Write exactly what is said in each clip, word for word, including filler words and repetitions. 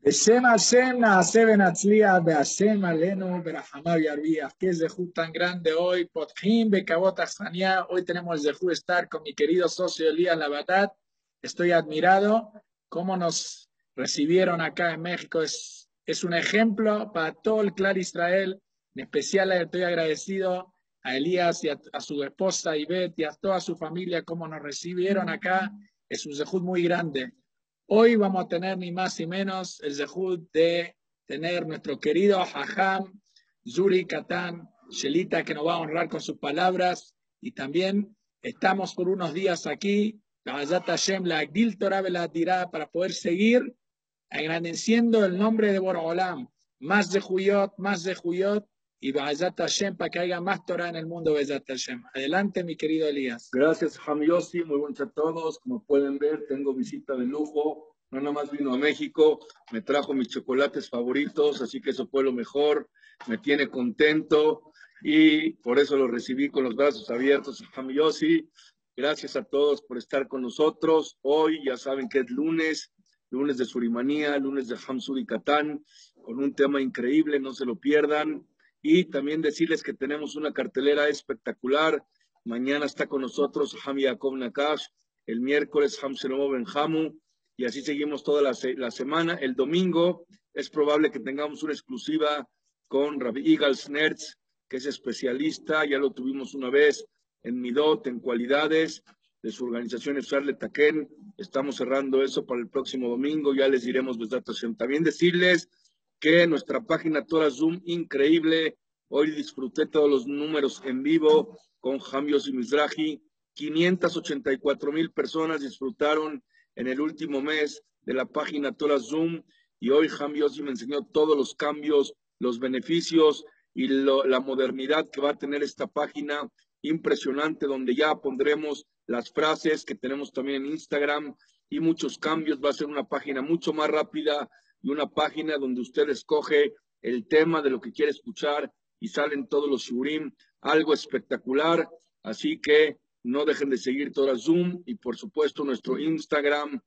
Beshem Hashem naaseh venatzliach, beHashem alenu berachamav yarviach. Qué zehut tan grande hoy. Potjim bekavot achzania. Hoy tenemos el zehut de estar con mi querido socio Elías Labadat. Estoy admirado cómo nos recibieron acá en México. Es, es un ejemplo para todo el Clar Israel. En especial estoy agradecido a Elías y a, a su esposa Ivette y a toda su familia cómo nos recibieron acá. Es un zehut muy grande. Hoy vamos a tener ni más ni menos el zehut de tener nuestro querido Jajam Zuri Katán Shelita, que nos va a honrar con sus palabras, y también estamos por unos días aquí para poder seguir engrandeciendo el nombre de Borolam, más de Juyot, más de Juyot, y Ba'azat Hashem, para que haya más Torah en el mundo. Ba'azat Hashem. Adelante, mi querido Elías. Gracias, Ham Yossi. Muy buenos a todos. Como pueden ver, tengo visita de lujo. No nada más vino a México, me trajo mis chocolates favoritos, así que eso fue lo mejor. Me tiene contento y por eso lo recibí con los brazos abiertos, Ham Yossi. Gracias a todos por estar con nosotros. Hoy ya saben que es lunes, lunes de Surimanía, lunes de Ham Suri Katán, con un tema increíble, no se lo pierdan. Y también decirles que tenemos una cartelera espectacular. Mañana está con nosotros Ham Yaakov Nakash, el miércoles Ham Shlomo Ben Hamu, y así seguimos toda la, se la semana. El domingo es probable que tengamos una exclusiva con Rabbi Igal Snertz, que es especialista, ya lo tuvimos una vez en Midot, en cualidades de su organización Efshar Letaken. Estamos cerrando eso para el próximo domingo, ya les diremos Besat Hashem. También decirles que nuestra página Torah Zoom, increíble. Hoy disfruté todos los números en vivo con Ham Yossi Mizrahi. quinientas ochenta y cuatro mil personas disfrutaron en el último mes de la página Torah Zoom. Y hoy Ham Yossi me enseñó todos los cambios, los beneficios y lo, la modernidad que va a tener esta página. Impresionante, donde ya pondremos las frases que tenemos también en Instagram y muchos cambios. Va a ser una página mucho más rápida y una página donde usted escoge el tema de lo que quiere escuchar y salen todos los shurim, algo espectacular. Así que no dejen de seguir Torah Zoom y por supuesto nuestro Instagram,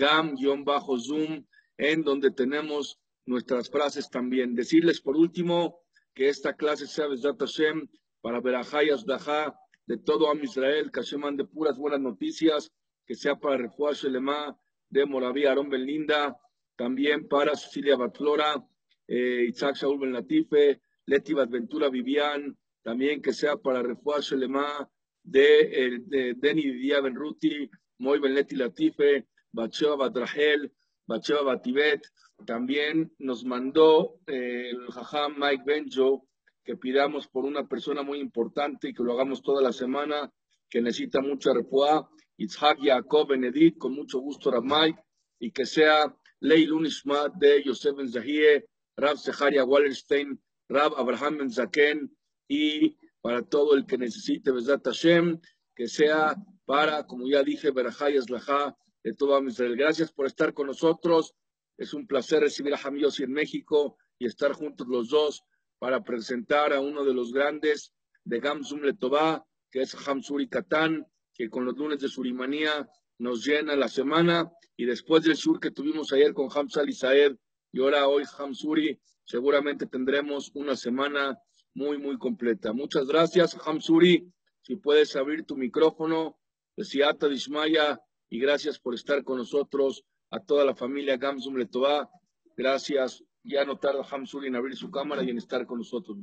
gam-zoom, en donde tenemos nuestras frases también. Decirles por último que esta clase sea Besat Hashem para Berajá y Asdajá de todo Am Israel, que Hashem mande puras buenas noticias, que sea para Refuah Shelema de Moravia Aarón Ben Linda, también para Cecilia Batflora, eh, Isaac Shaul Ben Latife, Leti Batventura Vivian, también que sea para Refuah Shelema de, de, de Deni Didia Ben Ruti, Moy Ben Leti Latife, Batsheva Batrahel, Batsheva Batibet. También nos mandó eh, el Jajam Mike Benjo que pidamos por una persona muy importante y que lo hagamos toda la semana, que necesita mucha refuá, Itzhak Yaakov Benedit, con mucho gusto Rab Mike, y que sea Leilun Ishmat de Yosef Ben Zahie, Rab Seharia Wallerstein, Rab Abraham Ben Zaken, y para todo el que necesite Besat Hashem, que sea para, como ya dije, Berajá y Aslajá de todo Israel. Gracias por estar con nosotros. Es un placer recibir a Ham Yossi en México y estar juntos los dos para presentar a uno de los grandes de Gam Zoom Letová, que es Ham Suri Katán, que con los lunes de Surimanía nos llena la semana. Y después del sur que tuvimos ayer con Ham Sali Saed y ahora hoy Ham Suri, seguramente tendremos una semana muy, muy completa. Muchas gracias, Ham Suri. Si puedes abrir tu micrófono, Siata Dishmaya, y gracias por estar con nosotros, a toda la familia Gam Zoom Letová. Gracias. Ya no tarda Ham Suri en abrir su cámara y en estar con nosotros.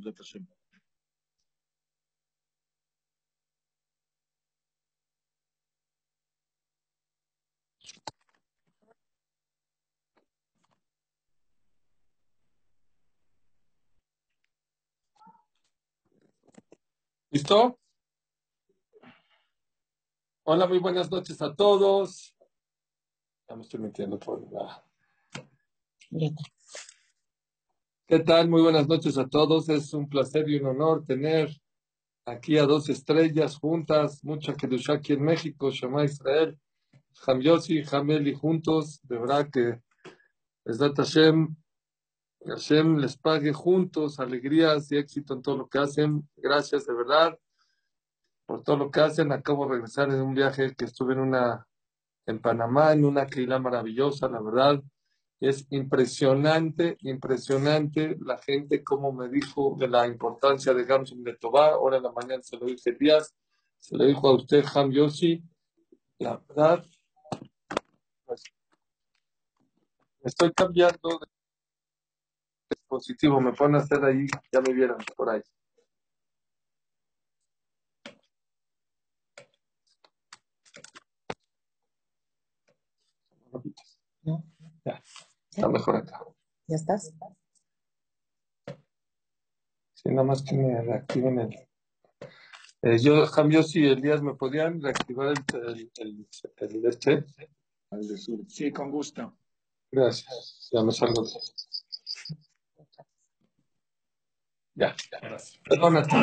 ¿Listo? Hola, muy buenas noches a todos. Ya me estoy metiendo por la... ¿Qué tal? Muy buenas noches a todos. Es un placer y un honor tener aquí a dos estrellas juntas, mucha Kedushá aquí en México, Shema Israel, Ham Yossi, Ham Eli juntos. De verdad que Besat Hashem, Hashem les pague juntos alegrías y éxito en todo lo que hacen. Gracias de verdad por todo lo que hacen. Acabo de regresar en un viaje que estuve en una en Panamá, en una Keilah maravillosa, la verdad. Es impresionante, impresionante la gente como me dijo de la importancia de Gamsum de Tobá. Ahora en la mañana se lo dije Díaz, se lo dijo a usted, Ham Yossi. La verdad, pues, me estoy cambiando de dispositivo. Me pone a hacer ahí, ya me vieron por ahí. No. Ya, está mejor acá. ¿Ya estás? Sí, nada más que me reactiven el... Eh, yo, Jamio, si Elías, ¿me podían reactivar el, el, el, el este? Al de sur. Sí, con gusto. Gracias. Ya me salgo. Ya, ya, gracias. Perdónate.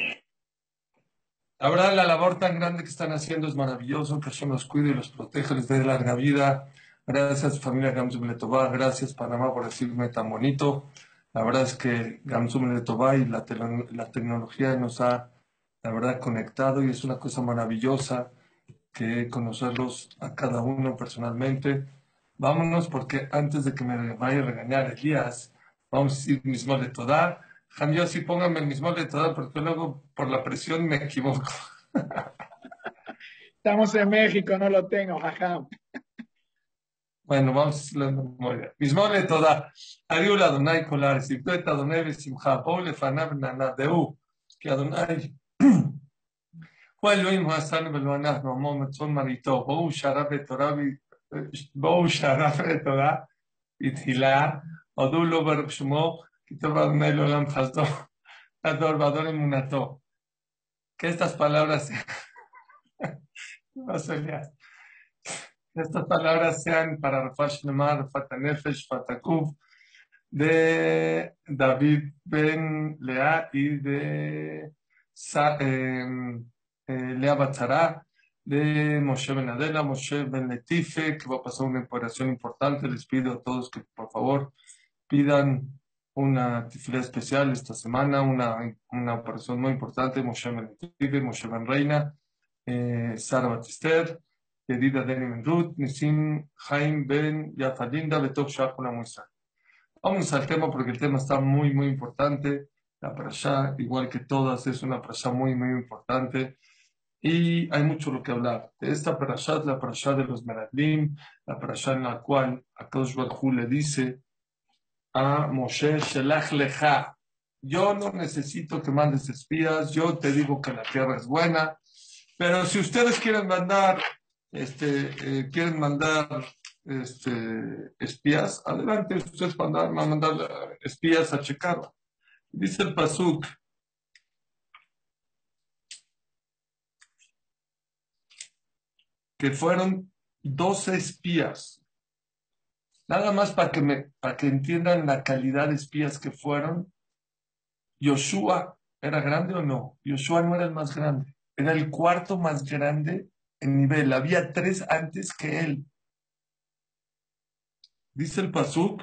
La verdad, la labor tan grande que están haciendo es maravilloso. Que Hashem los cuide y los proteja, les dé larga vida. Gracias, familia Gamsum Letová. Gracias, Panamá, por decirme tan bonito. La verdad es que Gamsum Letová y la, te- la tecnología nos ha, la verdad, conectado y es una cosa maravillosa que conocerlos a cada uno personalmente. Vámonos porque antes de que me vaya a regañar Elías, vamos a decir mismo de toda. Jamio, sí, pónganme el mismo de toda porque luego por la presión me equivoco. Estamos en México, no lo tengo, jajam. Bueno, vamos a decirlo de memoria. Mismo de toda. Adiós, Adonai Kolar, Sibtuet Adonai Besimcha, Paul Fanav Nanadeu, que Adonai. הוא אלוהים הוא עשנו ולא אנחנו, עמו מצון מריתו, בואו שערה בתורה, בואו שערה בתורה, בתחילה, הודו לו ברוך שמו, כי טוב אדוני לעולם חסדו, הדור והדור אמונתו. Que estas palabras, no sé, que estas palabras sean para Rafah Shlema, Rafat Nefesh, Fatakuf, de David Ben Lea y de Sa, eh, eh, Lea Batzara, de Moshe Ben Adela, Moshe Ben Letife, que va a pasar una operación importante. Les pido a todos que por favor pidan una tefilá especial esta semana, una, una operación muy importante. Moshe Ben Letife, Moshe Ben Reina, eh, Sara Batister, Yedida Deni Ben Ruth, Nisim Jaim Ben Yafalinda, Betov Shachuna Musa. Vamos al tema porque el tema está muy, muy importante. La parashá, igual que todas, es una parashá muy, muy importante. Y hay mucho lo que hablar. De esta parashá es la parashá de los Meraglim, la parashá en la cual Akadosh Baruj Hu le dice a Moshe, Shelach Lecha, yo no necesito que mandes espías, yo te digo que la tierra es buena, pero si ustedes quieren mandar, este, eh, quieren mandar este, espías, adelante, ustedes van a mandar espías a checar. Dice el Pasuk, que fueron doce espías. Nada más para que, me, para que entiendan la calidad de espías que fueron. Yoshua, ¿era grande o no? Yoshua no era el más grande, era el cuarto más grande en nivel. Había tres antes que él. Dice el Pasuk,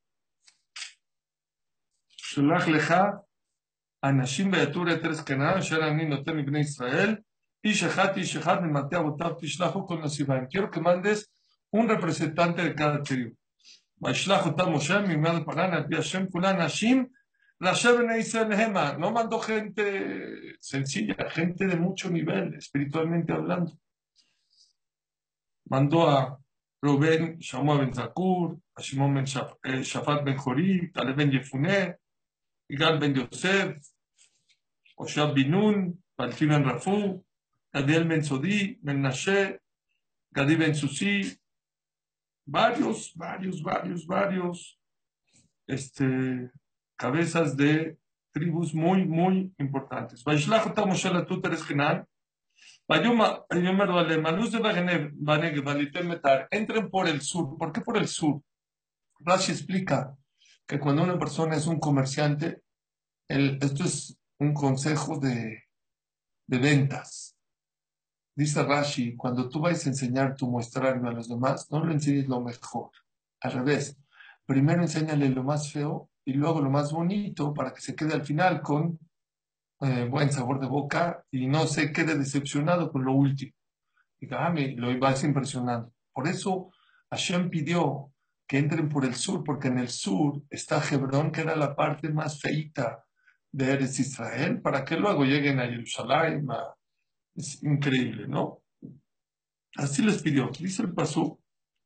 Shelach lecha, Anashim beyatur eteres Canaan, Asher ani noten mibnei Israel, ish echad, ish echad, mimate avotav tishlahu kol nasibaim. Quiero que mandes un representante de cada tribu. וישלח אותם משה מימד פרן על פי השם כולה נשים ראשי בני ישראל hema. No mandó gente sencilla, gente de mucho nivel, espiritualmente hablando. Mandó a Rubén, Shamuel ben Zakur, a Shimon ben Shafat ben Jorí, Caleb ben Yefuné, Igal ben Yosef, Oshab bin Nun, Balti ben Rafu, Gadiel ben Sodi, Ben Nashe, Gadi ben Susi, varios, varios, varios, varios este, cabezas de tribus muy, muy importantes. Entren por el sur. ¿Por qué por el sur? Rashi explica que cuando una persona es un comerciante, el, esto es un consejo de, de ventas. Dice Rashi, cuando tú vayas a enseñar tu muestrario a los demás, no le enseñes lo mejor. Al revés, primero enséñale lo más feo y luego lo más bonito para que se quede al final con eh, buen sabor de boca y no se quede decepcionado con lo último. Diga, ah, me lo vas impresionando. Por eso Hashem pidió que entren por el sur, porque en el sur está Hebrón, que era la parte más feita de Eretz Israel, para que luego lleguen a Jerusalén. A... Es increíble, ¿no? Así les pidió. Dice el pasú.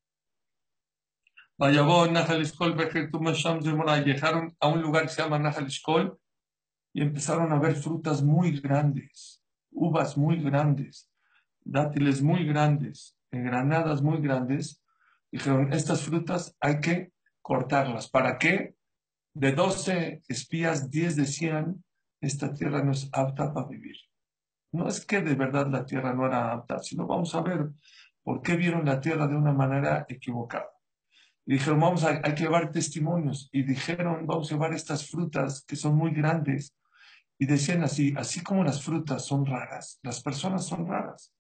Llegaron a un lugar que se llama Nahal Eshkol y empezaron a ver frutas muy grandes, uvas muy grandes, dátiles muy grandes, granadas muy grandes. Dijeron, estas frutas hay que cortarlas. ¿Para qué? De doce espías, diez decían, esta tierra no es apta para vivir. No es que de verdad la tierra no era apta, sino vamos a ver por qué vieron la tierra de una manera equivocada. Y dijeron, vamos a, hay que llevar testimonios. Y dijeron, vamos a llevar estas frutas que son muy grandes. Y decían así, así como las frutas son raras, las personas son raras.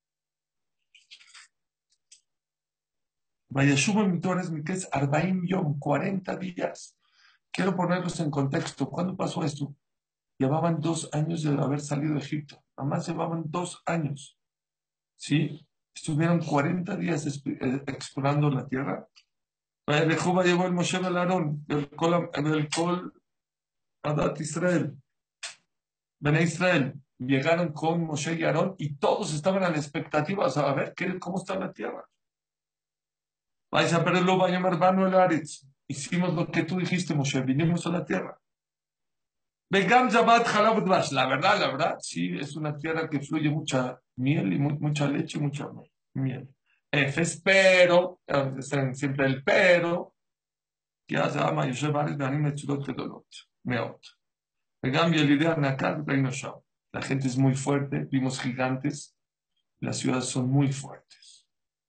Vayashuv Mitores Mikes Arbaim Yom, cuarenta días. Quiero ponerlos en contexto. ¿Cuándo pasó esto? Llevaban dos años de haber salido de Egipto. Nada más llevaban dos años. ¿Sí? Estuvieron cuarenta días explorando la tierra. De Juba llevó el Moshe el Aarón, del Col, del Col Adat Israel. Bene Israel. Llegaron con Moshe y Aarón y todos estaban a la expectativa a ver qué, cómo está la tierra. Vais a perderlo, vaya hermano el Aretz. Hicimos lo que tú dijiste, Moshe, vinimos a la tierra. Vegam Zabat Halab Dvash. La verdad, la verdad, sí, es una tierra que fluye mucha miel y mu mucha leche y mucha miel. Efes, pero, siempre el pero, que hace ama Yosef Aretz, Banim Metzudot Gedolot. Meot. Vegam Yelidea Nakar Reino Sham. La gente es muy fuerte, vimos gigantes, las ciudades son muy fuertes.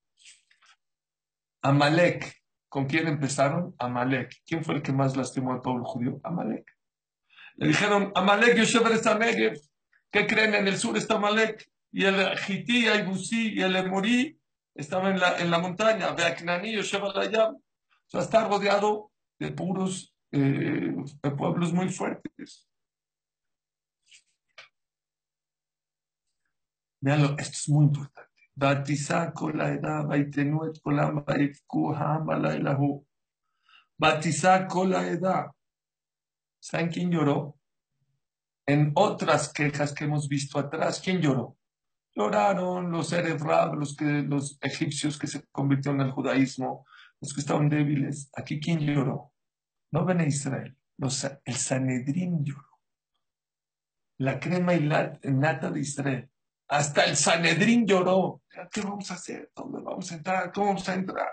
Amalek, ¿con quién empezaron? Amalek. ¿Quién fue el que más lastimó al pueblo judío? Amalek. Le dijeron, Amalek Yosef Negev. ¿Qué creen? En el sur está Amalek. Y el Hití, y el Busí y el Emorí estaban en la, en la montaña. Beaknani Yosef Alayam. O sea, está rodeado de puros eh, de pueblos muy fuertes. Veanlo, esto es muy importante. Batizá con la edad, baitenuet con la elahu. Batizá con la edad. ¿Saben quién lloró? En otras quejas que hemos visto atrás, ¿quién lloró? Lloraron los Erev Rab, los, que, los egipcios que se convirtieron al judaísmo, los que estaban débiles. Aquí, ¿quién lloró? No Bene Israel, los, el Sanedrín lloró. La crema y la nata de Israel. Hasta el Sanedrín lloró. ¿Qué vamos a hacer? ¿Dónde vamos a entrar? ¿Cómo vamos a entrar?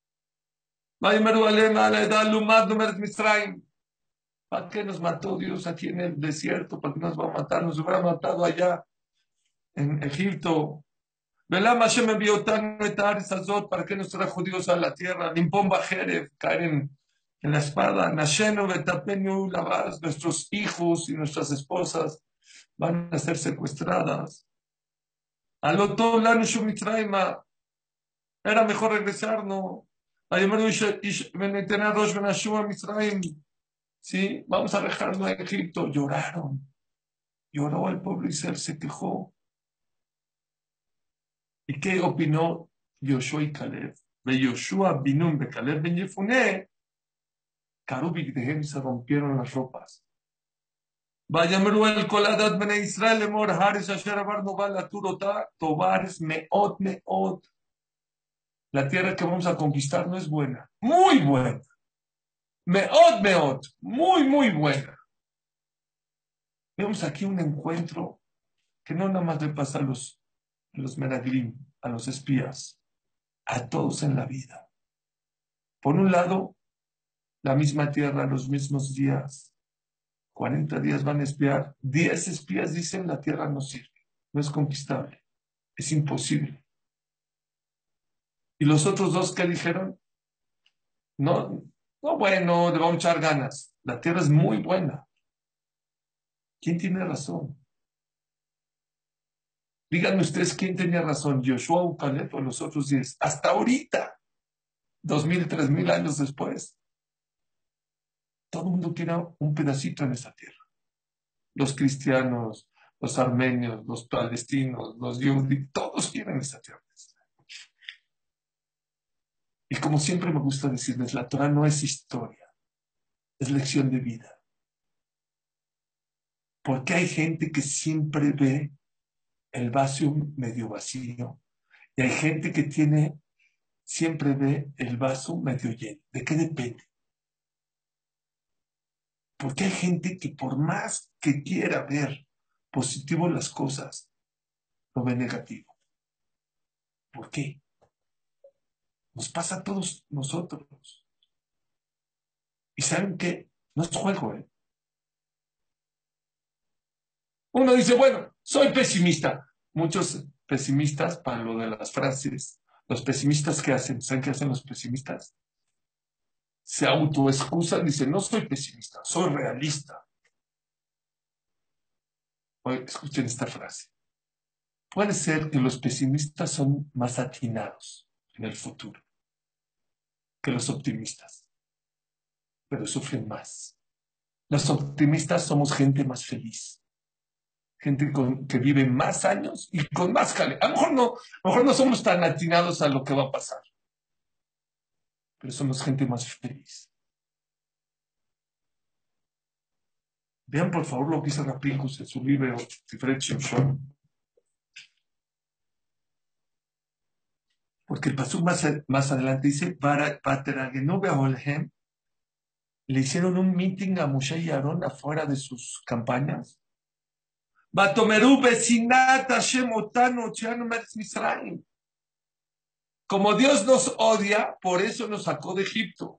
¿Para qué nos mató Dios aquí en el desierto? ¿Para qué nos va a matar? Nos hubiera matado allá en Egipto. ¿Para qué nos trajo Dios a la tierra? Limpón Bajerev, caer en, en la espada. Nasheno Betapenu Lavaz, nuestros hijos y nuestras esposas van a ser secuestradas. Alotó Lanushu Mitraima. Era mejor regresarnos. Sí, vamos a dejarlo en Egipto. Lloraron. Lloró el pueblo Israel, se quejó. ¿Y qué opinó Yoshua y Caleb? De Yoshua Binun de Caleb Ben Yefuné, Karubik de Hem se rompieron las ropas. Vayamru el Koladat Bene Israel, Emor Hares Asher Abar Noval Aturota, Tobares Meot Meot. La tierra que vamos a conquistar no es buena, muy buena. Meot Meot, muy, muy buena. Vemos aquí un encuentro que no nada más le pasa a los, a los Meraglim, a los espías, a todos en la vida. Por un lado, la misma tierra, los mismos días. cuarenta días van a espiar. diez espías dicen la tierra no sirve, no es conquistable, es imposible. Y los otros dos que dijeron, no, no bueno, le vamos a echar ganas. La tierra es muy buena. ¿Quién tiene razón? Díganme ustedes quién tenía razón, Yoshua o Caleb o los otros diez. Hasta ahorita, dos mil, tres mil años después, todo el mundo quiere un pedacito en esa tierra. Los cristianos, los armenios, los palestinos, los judíos, todos quieren esa tierra. Y como siempre me gusta decirles, la Torah no es historia, es lección de vida. Porque hay gente que siempre ve el vaso medio vacío y hay gente que tiene, siempre ve el vaso medio lleno. ¿De qué depende? Porque hay gente que por más que quiera ver positivo las cosas, lo ve negativo. ¿Por qué? Nos pasa a todos nosotros. ¿Y saben qué? No es juego, ¿eh? Uno dice, bueno, soy pesimista. Muchos pesimistas, para lo de las frases, los pesimistas, ¿qué hacen? ¿Saben qué hacen los pesimistas? Se autoexcusan, dicen, no soy pesimista, soy realista. Oye, escuchen esta frase. Puede ser que los pesimistas son más atinados en el futuro que los optimistas, pero sufren más. Los optimistas somos gente más feliz, gente con, que vive más años y con más calidad. A lo mejor no, a lo mejor no somos tan atinados a lo que va a pasar, pero somos gente más feliz. Vean por favor lo que dice Rapinkus en su libro Tiferet Shimshon. Porque el pasuk más, más adelante dice, para Pateragenove Olhem, le hicieron un meeting a Moshe y Aarón afuera de sus campañas. Batomeru besinat Hashem otanu ocheanu meretz Misraim. Como Dios nos odia, por eso nos sacó de Egipto.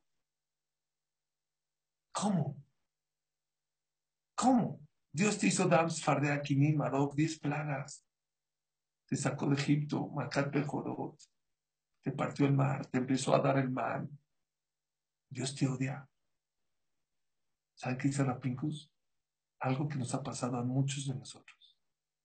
¿Cómo? ¿Cómo? Dios te hizo Dams, Fardea, Kinim, Marok, diez plagas. Te sacó de Egipto, Macat Bejorot. Te partió el mar, te empezó a dar el mar. Dios te odia. ¿Saben qué dice Rapinkus? Algo que nos ha pasado a muchos de nosotros.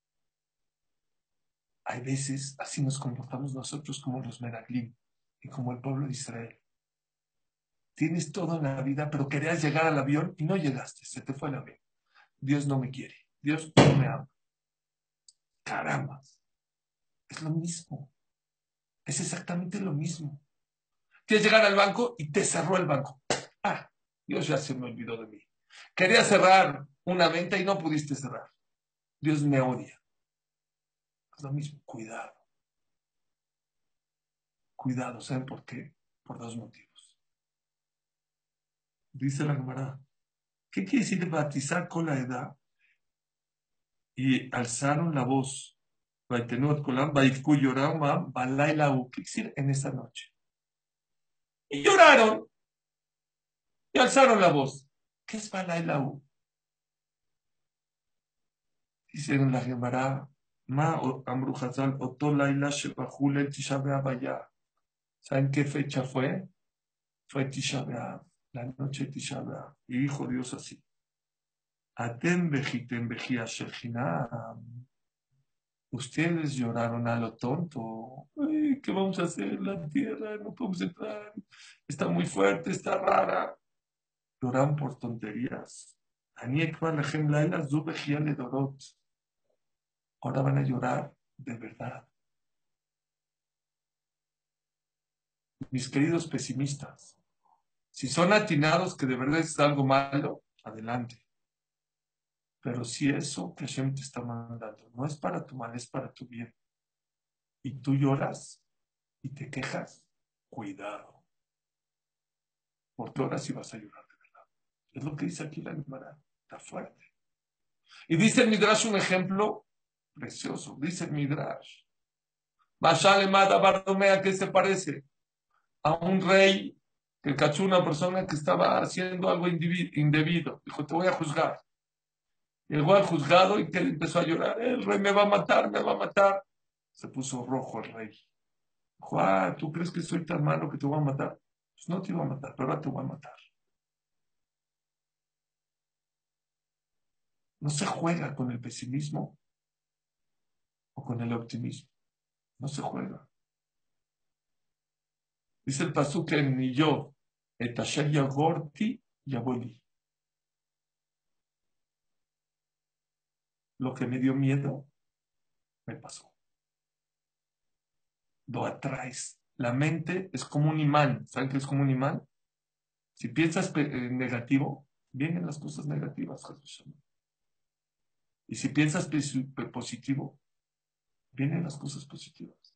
Hay veces, así nos comportamos nosotros como los Meraglim y como el pueblo de Israel. Tienes todo en la vida, pero querías llegar al avión y no llegaste, se te fue el avión. Dios no me quiere, Dios no me ama. Caramba, es lo mismo, es exactamente lo mismo. Quieres llegar al banco y te cerró el banco. Ah, Dios ya se me olvidó de mí. Quería cerrar una venta y no pudiste cerrar. Dios me odia. Es lo mismo, cuidado. Cuidado, ¿saben por qué? Por dos motivos. Dice la Gemara, ¿qué quiere decir batizar con la edad? Y alzaron la voz. ¿Qué decir en esa noche? Y lloraron y alzaron la voz. ¿Qué es Balailau? Dice en la Gemara, Ma Amru Hazal, Oto Laila Shebahul el Tisha B'Av ya. ¿Saben qué fecha fue? Fue Tisha B'Av, la noche de Tisha B'Av. Y dijo Dios así: Atem bejitem bejia shechinam. Ustedes lloraron a lo tonto. Ay, ¿qué vamos a hacer? La tierra, no podemos entrar. Está muy fuerte, está rara. Lloran por tonterías. Ahora van a llorar de verdad. Mis queridos pesimistas, si son atinados que de verdad es algo malo, adelante. Pero si eso que Hashem te está mandando no es para tu mal, es para tu bien, y tú lloras y te quejas, cuidado. Porque ahora sí vas a llorar de verdad. Es lo que dice aquí la Gemara. Está fuerte. Y dice el Midrash un ejemplo precioso. Dice el Midrash. Mashale Mada Bardomea, ¿qué se parece? A un rey que cachó una persona que estaba haciendo algo indebido. Dijo, te voy a juzgar. Llegó al juzgado y que él empezó a llorar. El rey me va a matar, me va a matar. Se puso rojo el rey. Dijo, ah, ¿tú crees que soy tan malo que te voy a matar? Pues no te iba a matar, pero ahora te voy a matar. No se juega con el pesimismo o con el optimismo. No se juega. Dice el pasuk en ni yo, et asher yagorti yaboli. Lo que me dio miedo, me pasó. Lo atraes, La mente es como un imán. ¿Saben qué es como un imán? Si piensas eh, negativo, vienen las cosas negativas. Y si piensas positivo, vienen las cosas positivas.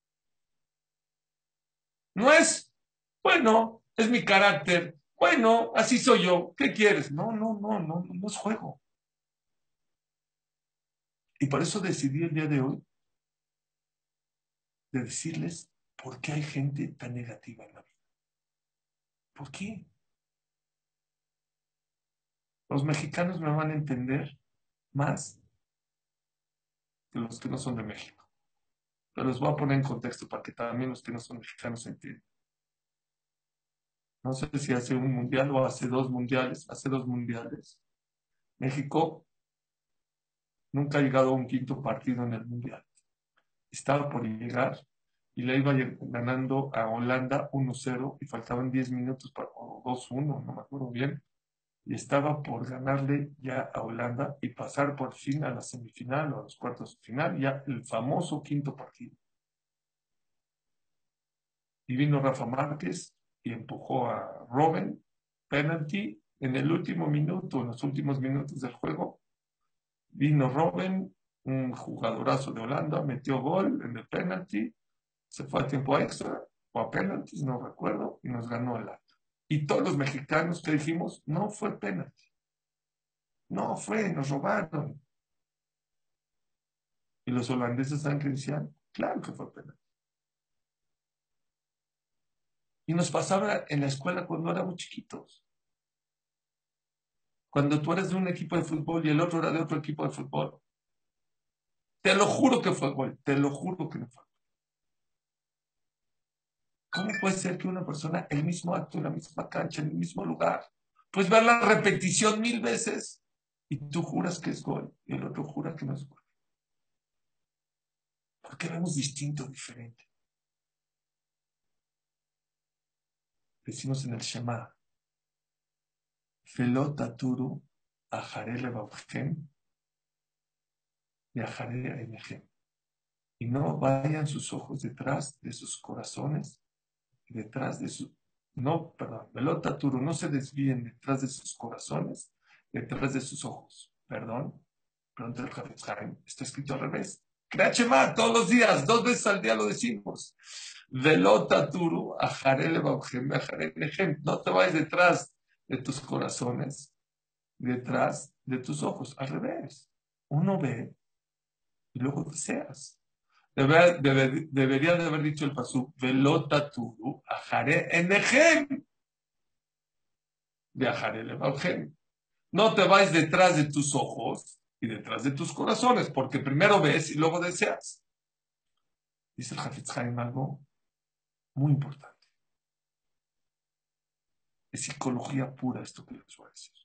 No es, bueno, es mi carácter. Bueno, así soy yo. ¿Qué quieres? No, no, no, no, no es juego. Y por eso decidí el día de hoy de decirles por qué hay gente tan negativa en la vida. ¿Por qué? Los mexicanos me van a entender más que los que no son de México. Pero los voy a poner en contexto para que también los que no son mexicanos entiendan. No sé si hace un mundial o hace dos mundiales. Hace dos mundiales. México nunca ha llegado a un quinto partido en el mundial. Estaba por llegar y le iba ganando a Holanda uno cero y faltaban diez minutos para o dos uno, no me acuerdo bien. Y estaba por ganarle ya a Holanda y pasar por fin a la semifinal o a los cuartos de final, ya el famoso quinto partido. Y vino Rafa Márquez y empujó a Robben, penalti, en el último minuto, en los últimos minutos del juego. Vino Robben, un jugadorazo de Holanda, metió gol en el penalti, se fue a tiempo extra o a penaltis, no recuerdo, y nos ganó Holanda. Y todos los mexicanos que dijimos, no fue penalti. No fue, nos robaron. Y los holandeses saben que decían, claro que fue penalti. Y nos pasaba en la escuela cuando éramos chiquitos. Cuando tú eres de un equipo de fútbol y el otro era de otro equipo de fútbol. Te lo juro que fue gol, te lo juro que no fue. ¿Cómo puede ser que una persona, el mismo acto, en la misma cancha, en el mismo lugar, pues ver la repetición mil veces y tú juras que es gol y el otro jura que no es gol? ¿Por qué vemos distinto, diferente? Decimos en el Shema, Velo taturu acharei levavchem y acharei einechem. Y no vayan sus ojos detrás de sus corazones, detrás de su, no, perdón, Velo taturu, no se desvíen detrás de sus corazones, detrás de sus ojos. Perdón, pregunta el Hafetz Haim, está escrito al revés. Crea Shema todos los días, dos veces al día lo decimos. Velo taturu acharei levavchem y acharei einechem. No te vayas detrás de tus corazones, detrás de tus ojos, al revés. Uno ve y luego deseas. Debe, debe, debería de haber dicho el pasú, velota turu, ajaré enejem, viajaré levaljem. No te vayas detrás de tus ojos y detrás de tus corazones, porque primero ves y luego deseas. Dice el Hafetz Haim algo muy importante. Es psicología pura esto que les voy a decir.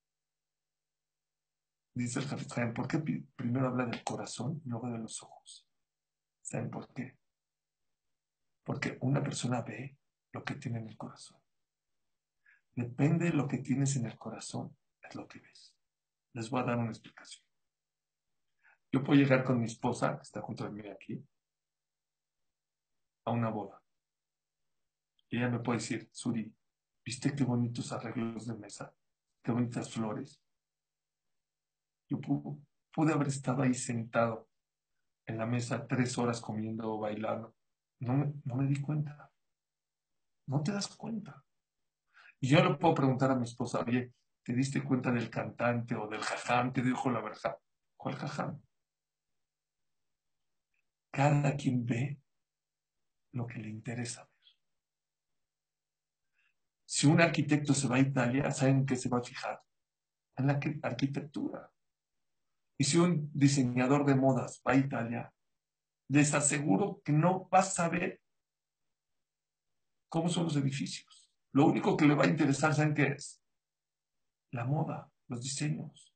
Dice el Hafetz Haim, ¿por qué primero habla del corazón y luego de los ojos? ¿Saben por qué? Porque una persona ve lo que tiene en el corazón. Depende de lo que tienes en el corazón, es lo que ves. Les voy a dar una explicación. Yo puedo llegar con mi esposa, que está junto a mí aquí, a una boda. Y ella me puede decir, Suri, ¿viste qué bonitos arreglos de mesa? Qué bonitas flores. Yo pude, pude haber estado ahí sentado en la mesa tres horas comiendo o bailando. No me, no me di cuenta. No te das cuenta. Y yo le puedo preguntar a mi esposa, oye, ¿te diste cuenta del cantante o del jajam que dijo la verdad? ¿Cuál jajam? Cada quien ve lo que le interesa ver. Si un arquitecto se va a Italia, ¿saben qué se va a fijar? En la arquitectura. Y si un diseñador de modas va a Italia, les aseguro que no va a saber cómo son los edificios. Lo único que le va a interesar, ¿saben qué es? La moda, los diseños.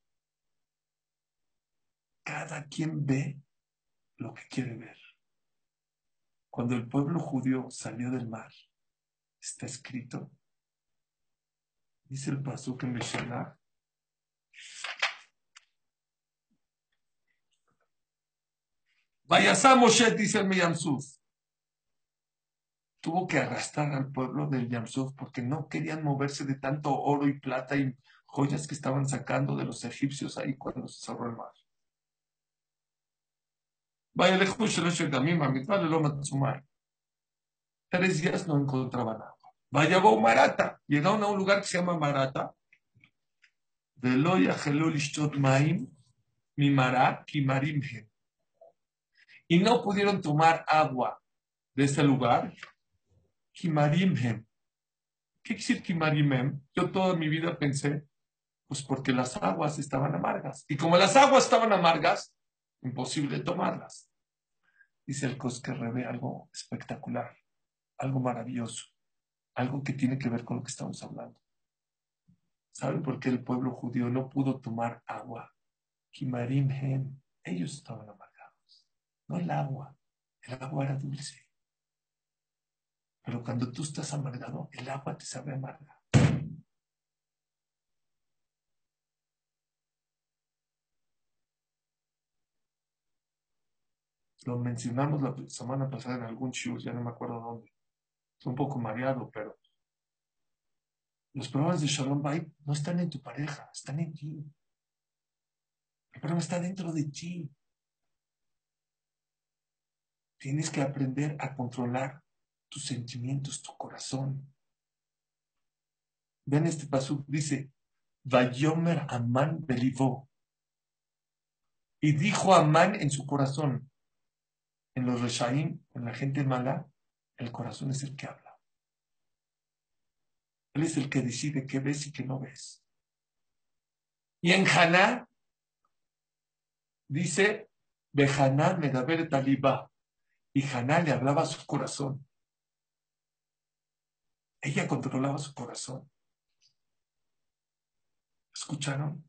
Cada quien ve lo que quiere ver. Cuando el pueblo judío salió del mar, está escrito, dice el pasuk en Mishnah, Vayasá Moshe, dice el Meyam Suf, tuvo que arrastrar al pueblo del Yamsuf porque no querían moverse de tanto oro y plata y joyas que estaban sacando de los egipcios ahí cuando se cerró el mar. Vaya lejos, tres días no encontraban agua. Vaya a Marata. Llegaron a un lugar que se llama Marata. Y no pudieron tomar agua de ese lugar. Kimarimhem. ¿Qué quiere decir Kimarimhem? Yo toda mi vida pensé, pues porque las aguas estaban amargas. Y como las aguas estaban amargas, imposible tomarlas. Dice el Cosque Rebe algo espectacular, algo maravilloso, algo que tiene que ver con lo que estamos hablando. ¿Saben por qué el pueblo judío no pudo tomar agua? Kimarimhem. Ellos estaban amargados, no el agua. El agua era dulce. Pero cuando tú estás amargado, el agua te sabe amarga. Lo mencionamos la semana pasada en algún show, ya no me acuerdo dónde. Estoy un poco mareado, pero los problemas de Shalom Bayit no están en tu pareja, están en ti. El problema está dentro de ti. Tienes que aprender a controlar tus sentimientos, tu corazón. Ven este pasú, dice, Vayomer Amán belivó. Y dijo Amán en su corazón, en los Reshaim, en la gente mala, el corazón es el que habla. Él es el que decide qué ves y qué no ves. Y en Haná, dice, Behaná medaber talibá. Y Haná le hablaba a su corazón. Ella controlaba su corazón. ¿Escucharon?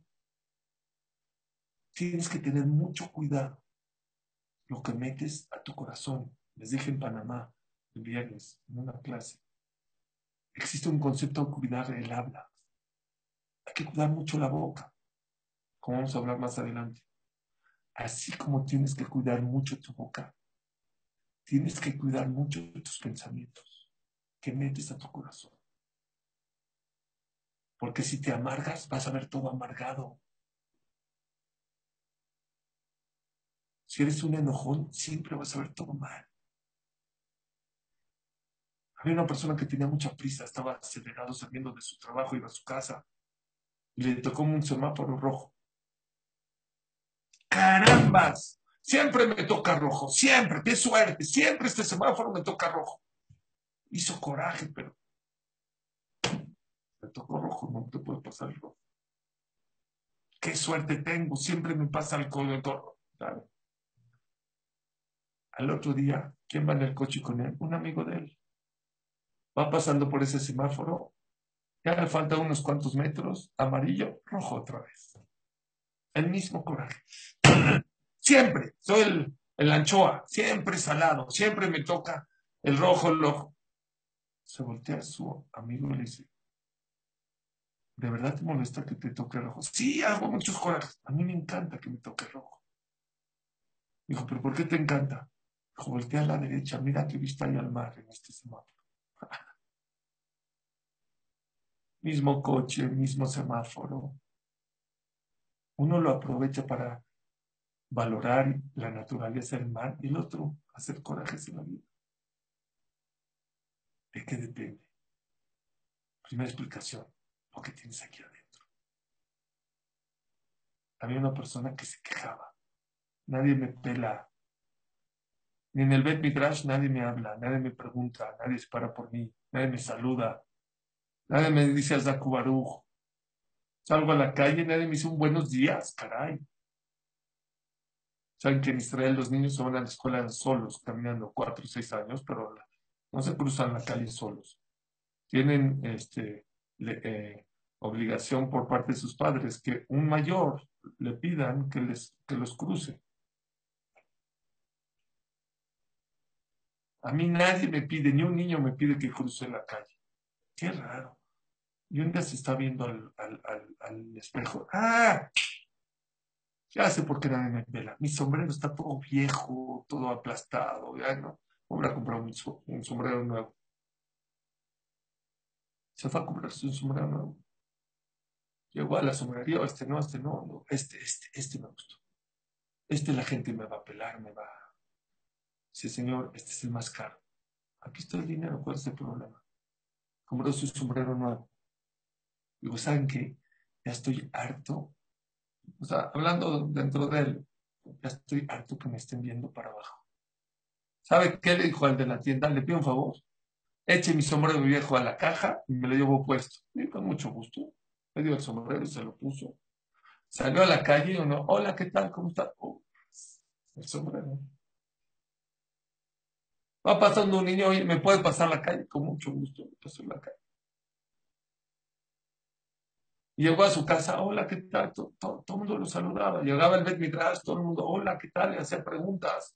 Tienes que tener mucho cuidado lo que metes a tu corazón. Les dije en Panamá, el viernes, en una clase. Existe un concepto de cuidar el habla. Hay que cuidar mucho la boca, como vamos a hablar más adelante. Así como tienes que cuidar mucho tu boca, tienes que cuidar mucho tus pensamientos que metes a tu corazón. Porque si te amargas, vas a ver todo amargado. Si eres un enojón, siempre vas a ver todo mal. Había una persona que tenía mucha prisa, estaba acelerado saliendo de su trabajo, iba a su casa, y le tocó un semáforo rojo. ¡Carambas! Siempre me toca rojo, siempre, qué suerte, siempre este semáforo me toca rojo. Hizo coraje, pero me tocó rojo, no te puede pasar el rojo. Qué suerte tengo, siempre me pasa el color. ¿Sabe? Al otro día, ¿quién va en el coche con él? Un amigo de él. Va pasando por ese semáforo, ya le faltan unos cuantos metros, amarillo, rojo otra vez. El mismo coraje. Siempre, soy el, el anchoa, siempre salado, siempre me toca el rojo, el rojo. Se voltea a su amigo y le dice, ¿de verdad te molesta que te toque rojo? Sí, hago muchos corajes. A mí me encanta que me toque rojo. Dijo, ¿pero por qué te encanta? Dijo, voltea a la derecha, mira que vista ahí al mar en este semáforo. Mismo coche, mismo semáforo. Uno lo aprovecha para valorar la naturaleza del mar y el otro hacer corajes en la vida. ¿De qué depende? Primera explicación, lo que tienes aquí adentro. Había una persona que se quejaba. Nadie me pela. Ni en el Bet Midrash nadie me habla, nadie me pregunta, nadie se para por mí, nadie me saluda, nadie me dice Azaku Baruj. Salgo a la calle, nadie me dice un buenos días, caray. Saben que en Israel los niños se van a la escuela solos, caminando cuatro o seis años, pero no se cruzan la calle solos. Tienen este, le, eh, obligación por parte de sus padres que un mayor le pidan que, les, que los cruce. A mí nadie me pide, ni un niño me pide que cruce la calle. Qué raro. Y un día se está viendo al, al, al, al espejo. ¡Ah! Ya sé por qué nadie me pela. Mi sombrero está todo viejo, todo aplastado. Ya no. Voy a comprar un, un sombrero nuevo. Se fue a comprarse un sombrero nuevo. Llegó a la sombrería, este no, este no, no, este, este, este me gustó. Este la gente me va a pelar, me va. Sí, señor, este es el más caro. Aquí está el dinero, ¿cuál es el problema? Compró su sombrero nuevo. Digo, ¿saben qué? Ya estoy harto. O sea, hablando dentro de él, ya estoy harto que me estén viendo para abajo. ¿Sabe qué le dijo al de la tienda? Le pido un favor. Eche mi sombrero viejo a la caja y me lo llevo puesto. Y con mucho gusto. Le dio el sombrero y se lo puso. Salió a la calle y uno, hola, ¿qué tal? ¿Cómo está? Oh, el sombrero. Va pasando un niño, oye, ¿me puede pasar la calle? Con mucho gusto, me pasó la calle. Y llegó a su casa, hola, ¿qué tal? Todo, todo, todo el mundo lo saludaba. Llegaba el Bet Midrash, todo el mundo, hola, ¿qué tal? Le hacía preguntas.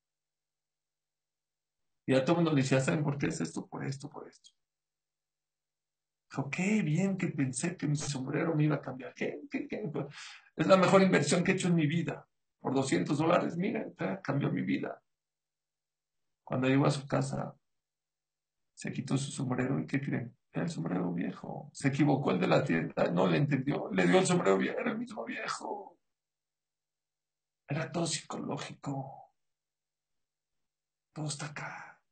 Y a todo el mundo le decía, ¿saben por qué es esto? Por esto, por esto. Dijo, qué bien que pensé que mi sombrero me iba a cambiar. ¿Qué, qué, qué? Es la mejor inversión que he hecho en mi vida. Por doscientos dólares, mira, cambió mi vida. Cuando llegó a su casa, se quitó su sombrero y ¿qué creen? Era el sombrero viejo. Se equivocó el de la tienda, no le entendió. Le dio el sombrero viejo, era el mismo viejo. Era todo psicológico. Todo está acá.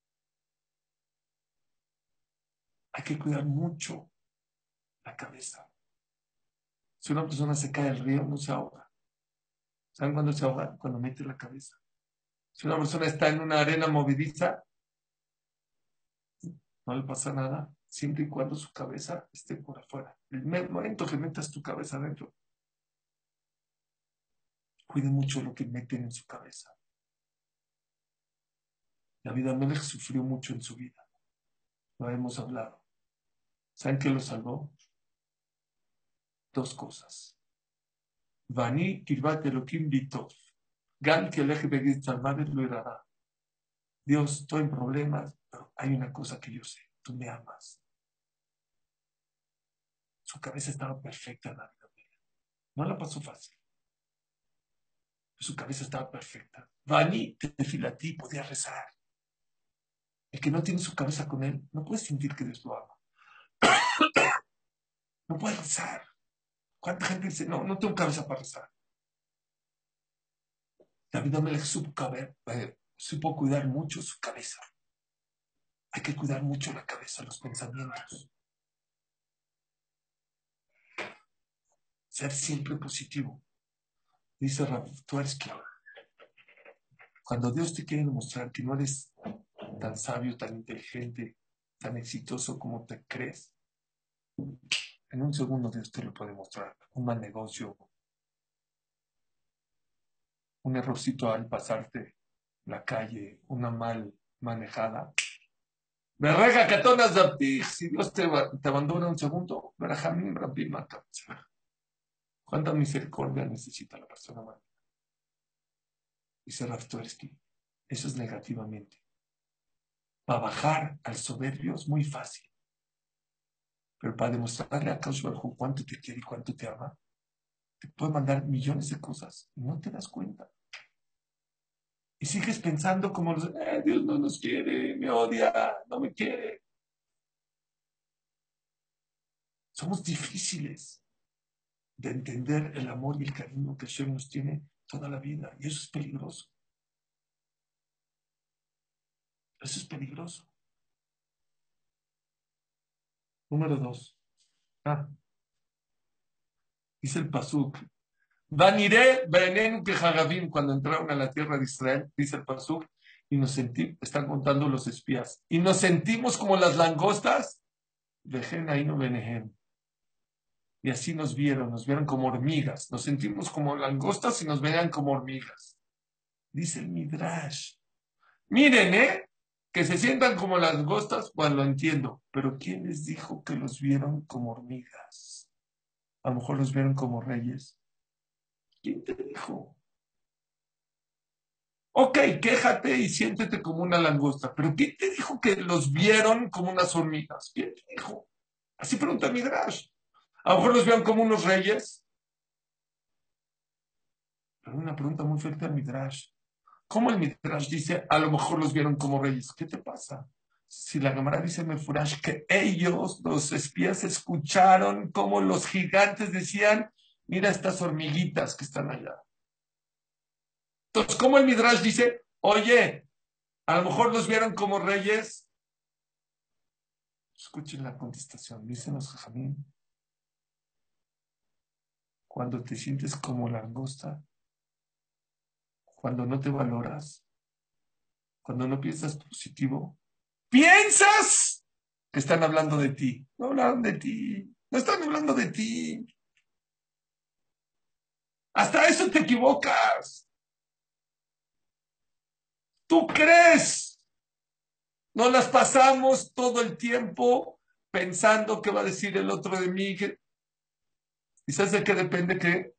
Hay que cuidar mucho la cabeza. Si una persona se cae al río, no se ahoga. ¿Saben cuándo se ahoga? Cuando mete la cabeza. Si una persona está en una arena movediza, no le pasa nada, siempre y cuando su cabeza esté por afuera. El momento que metas tu cabeza adentro, cuide mucho lo que meten en su cabeza. David Amelech sufrió mucho en su vida. Lo hemos hablado. ¿Saben qué lo salvó? Dos cosas. Vani kirvat elokim bitov. Gal que el eje begit salvar lo irá. Dios, estoy en problemas, pero hay una cosa que yo sé. Tú me amas. Su cabeza estaba perfecta, David Amelech. No la pasó fácil. Su cabeza estaba perfecta. Vani tefilatí podía rezar. El que no tiene su cabeza con él, no puede sentir que Dios lo ama. No puede rezar. ¿Cuánta gente dice, no, no tengo cabeza para rezar? David Amelech supo, caber, eh, supo cuidar mucho su cabeza. Hay que cuidar mucho la cabeza, los pensamientos. Ser siempre positivo. Dice Rav Tversky, cuando Dios te quiere demostrar que no eres tan sabio, tan inteligente, tan exitoso como te crees, en un segundo Dios te lo puede mostrar. Un mal negocio, un errorcito al pasarte la calle, una mal manejada. Berreja catonas zapti. Si Dios te, te abandona un segundo, verajamim rabbi mata. ¿Cuánta misericordia necesita la persona humana? Dice Rav Tversky, eso es negativamente. Para bajar al soberbio es muy fácil. Pero para demostrarle a Kaush Baruj Hu cuánto te quiere y cuánto te ama, te puede mandar millones de cosas y no te das cuenta. Y sigues pensando como, eh, Dios no nos quiere, me odia, no me quiere. Somos difíciles de entender el amor y el cariño que Hashem nos tiene toda la vida. Y eso es peligroso. Eso es peligroso. Número dos. Ah, dice el Pasuk. Vaniré venenu que Hagavim, cuando entraron a la tierra de Israel, dice el Pasuk, y nos sentimos, están contando los espías, y nos sentimos como las langostas, dejen ahí no benejen. Y así nos vieron, nos vieron como hormigas, nos sentimos como langostas y nos veían como hormigas. Dice el Midrash. Miren, ¿eh? Que se sientan como langostas, bueno, lo entiendo, pero ¿quién les dijo que los vieron como hormigas? A lo mejor los vieron como reyes. ¿Quién te dijo? Ok, quéjate y siéntete como una langosta, pero ¿quién te dijo que los vieron como unas hormigas? ¿Quién te dijo? Así pregunta Midrash. A lo mejor los vieron como unos reyes. Pero una pregunta muy fuerte al Midrash. ¿Cómo el Midrash dice, a lo mejor los vieron como reyes? ¿Qué te pasa? Si la Gemara dice Mefurash que ellos, los espías, escucharon cómo los gigantes decían, mira estas hormiguitas que están allá. Entonces, como el Midrash dice, oye, a lo mejor los vieron como reyes. Escuchen la contestación, dicen los jajamín. Cuando te sientes como langosta, cuando no te valoras, cuando no piensas positivo, piensas que están hablando de ti. No hablan de ti, no están hablando de ti. Hasta eso te equivocas. ¿Tú crees? No las pasamos todo el tiempo pensando qué va a decir el otro de mí. ¿Y sabes de qué depende? Que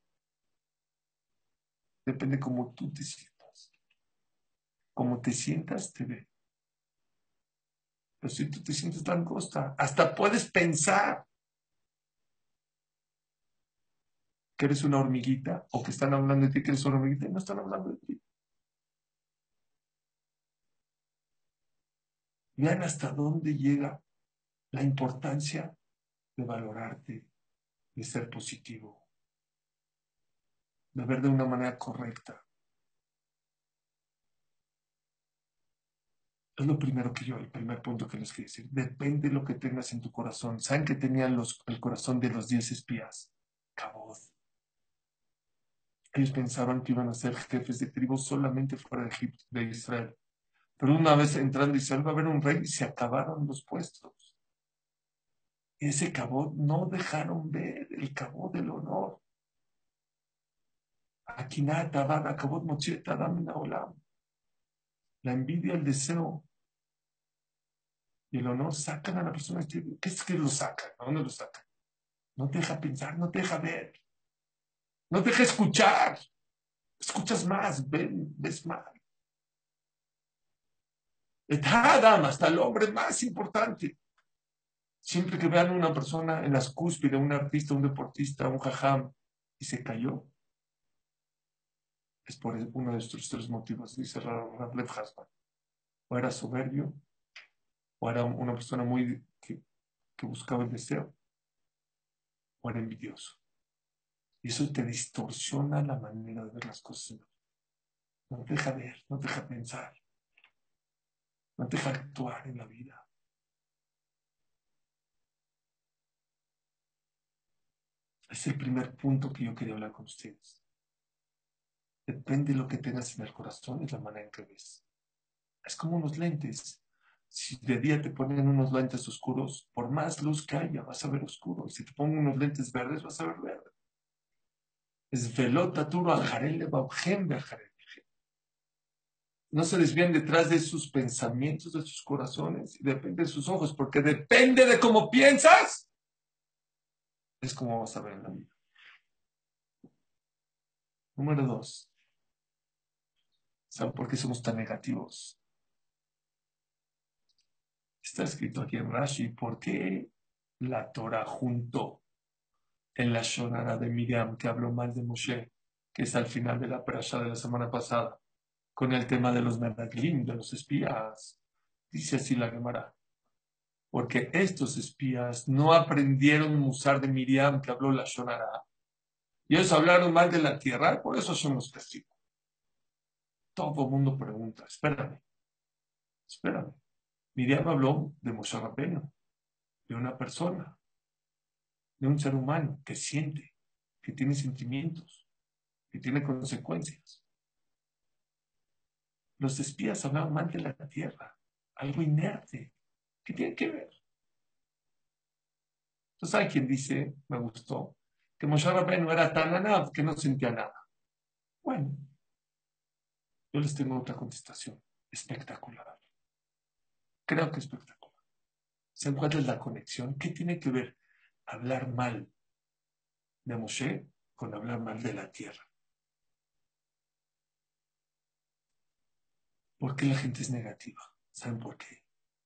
depende cómo tú te sientas. Como te sientas, te ve. Pero si tú te sientes langosta, hasta puedes pensar que eres una hormiguita o que están hablando de ti que eres una hormiguita y no están hablando de ti. Vean hasta dónde llega la importancia de valorarte, de ser positivo, de ver de una manera correcta. Es lo primero que yo, el primer punto que les quiero decir. Depende de lo que tengas en tu corazón. ¿Saben que tenían los, el corazón de los diez espías? Cabod. Ellos pensaban que iban a ser jefes de tribus solamente fuera de Egipto, de Israel. Pero una vez entrando a Israel va a haber un rey y se acabaron los puestos. Y ese cabod no dejaron ver el cabod del honor. Aquí nada, va, cabod mocheta, dame olam. La envidia, el deseo y el honor sacan a la persona. ¿Qué es que lo sacan? ¿A dónde lo sacan? No te deja pensar, no te deja ver. No te deja escuchar. Escuchas más, ven, ves más. Et Adam, hasta el hombre más importante. Siempre que vean a una persona en las cúspides, un artista, un deportista, un jajam, y se cayó, es por uno de estos tres motivos, dice Rav Lev Hasman. O era soberbio, o era una persona muy que, que buscaba el deseo, o era envidioso. Y eso te distorsiona la manera de ver las cosas. No te deja ver, no te deja pensar, no te deja actuar en la vida. Es el primer punto que yo quería hablar con ustedes. Depende de lo que tengas en el corazón, es la manera en que ves. Es como unos lentes. Si de día te ponen unos lentes oscuros, por más luz que haya, vas a ver oscuro. Y si te ponen unos lentes verdes, vas a ver verde. Es velota turo al jarele baujem al jarele. No se desvían detrás de sus pensamientos, de sus corazones, y depende de sus ojos, porque depende de cómo piensas, es como vas a ver en la vida. Número dos. ¿Saben por qué somos tan negativos? Está escrito aquí en Rashi, ¿por qué la Torah juntó en la Shonara de Miriam, que habló mal de Moshe, que es al final de la parasha de la semana pasada, con el tema de los Meraglim, de los espías? Dice así la Gemara. Porque estos espías no aprendieron un musar de Miriam, que habló la Shonara, y ellos hablaron mal de la tierra, por eso somos castigos. Todo el mundo pregunta, espérame, espérame. Miriam habló de Moshe Rabbeinu, de una persona, de un ser humano que siente, que tiene sentimientos, que tiene consecuencias. Los espías hablaban mal de la tierra, algo inerte. ¿Qué tiene que ver? Entonces hay quien dice, me gustó, que Moshe Rabbeinu era tan anab que no sentía nada. Bueno, yo les tengo otra contestación, espectacular. Creo que espectacular. ¿Se encuentra la conexión? ¿Qué tiene que ver hablar mal de Moshe con hablar mal de la tierra? ¿Por qué la gente es negativa? ¿Saben por qué?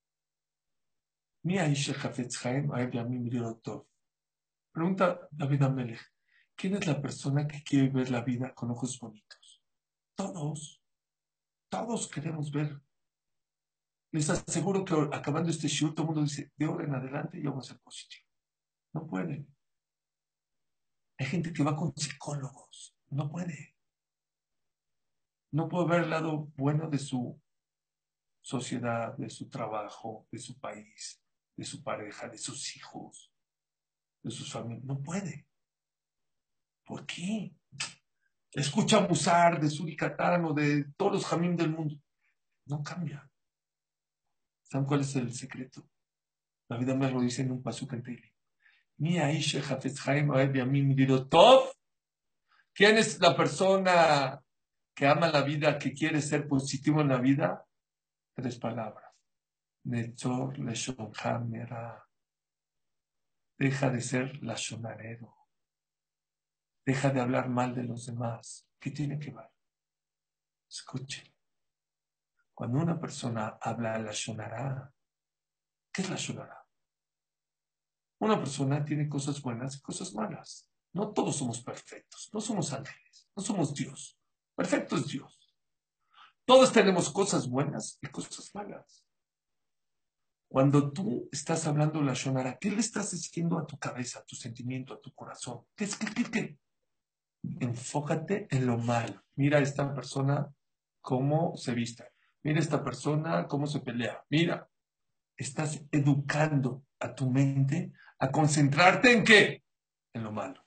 Pregunta David Amelech, ¿quién es la persona que quiere ver la vida con ojos bonitos? Todos, todos queremos ver Les aseguro que acabando este show, todo el mundo dice, de ahora en adelante yo voy a ser positivo. No puede. Hay gente que va con psicólogos. No puede. No puede ver el lado bueno de su sociedad, de su trabajo, de su país, de su pareja, de sus hijos, de sus familias. No puede. ¿Por qué? Escucha abusar de Suricatán o de todos los jamín del mundo. No cambia. ¿Saben cuál es el secreto? La vida me lo dice en un pasuk en Tehilim. Mi Aisha Hafez Haim Oed Yamim Dido Tov. ¿Quién es la persona que ama la vida, que quiere ser positivo en la vida? Tres palabras. Netzor Leshon Hamera. Deja de ser lashonarero. Deja de hablar mal de los demás. ¿Qué tiene que ver? Escuchen. Cuando una persona habla lashonará, ¿qué es lashonará? Una persona tiene cosas buenas y cosas malas. No todos somos perfectos. No somos ángeles. No somos Dios. Perfecto es Dios. Todos tenemos cosas buenas y cosas malas. Cuando tú estás hablando la shonara, ¿qué le estás diciendo a tu cabeza, a tu sentimiento, a tu corazón? ¿Qué es? ¿Qué, qué, qué? Enfócate en lo malo. Mira a esta persona cómo se viste. Mira a esta persona cómo se pelea. Mira, estás educando a tu mente a concentrarte en qué? En lo malo.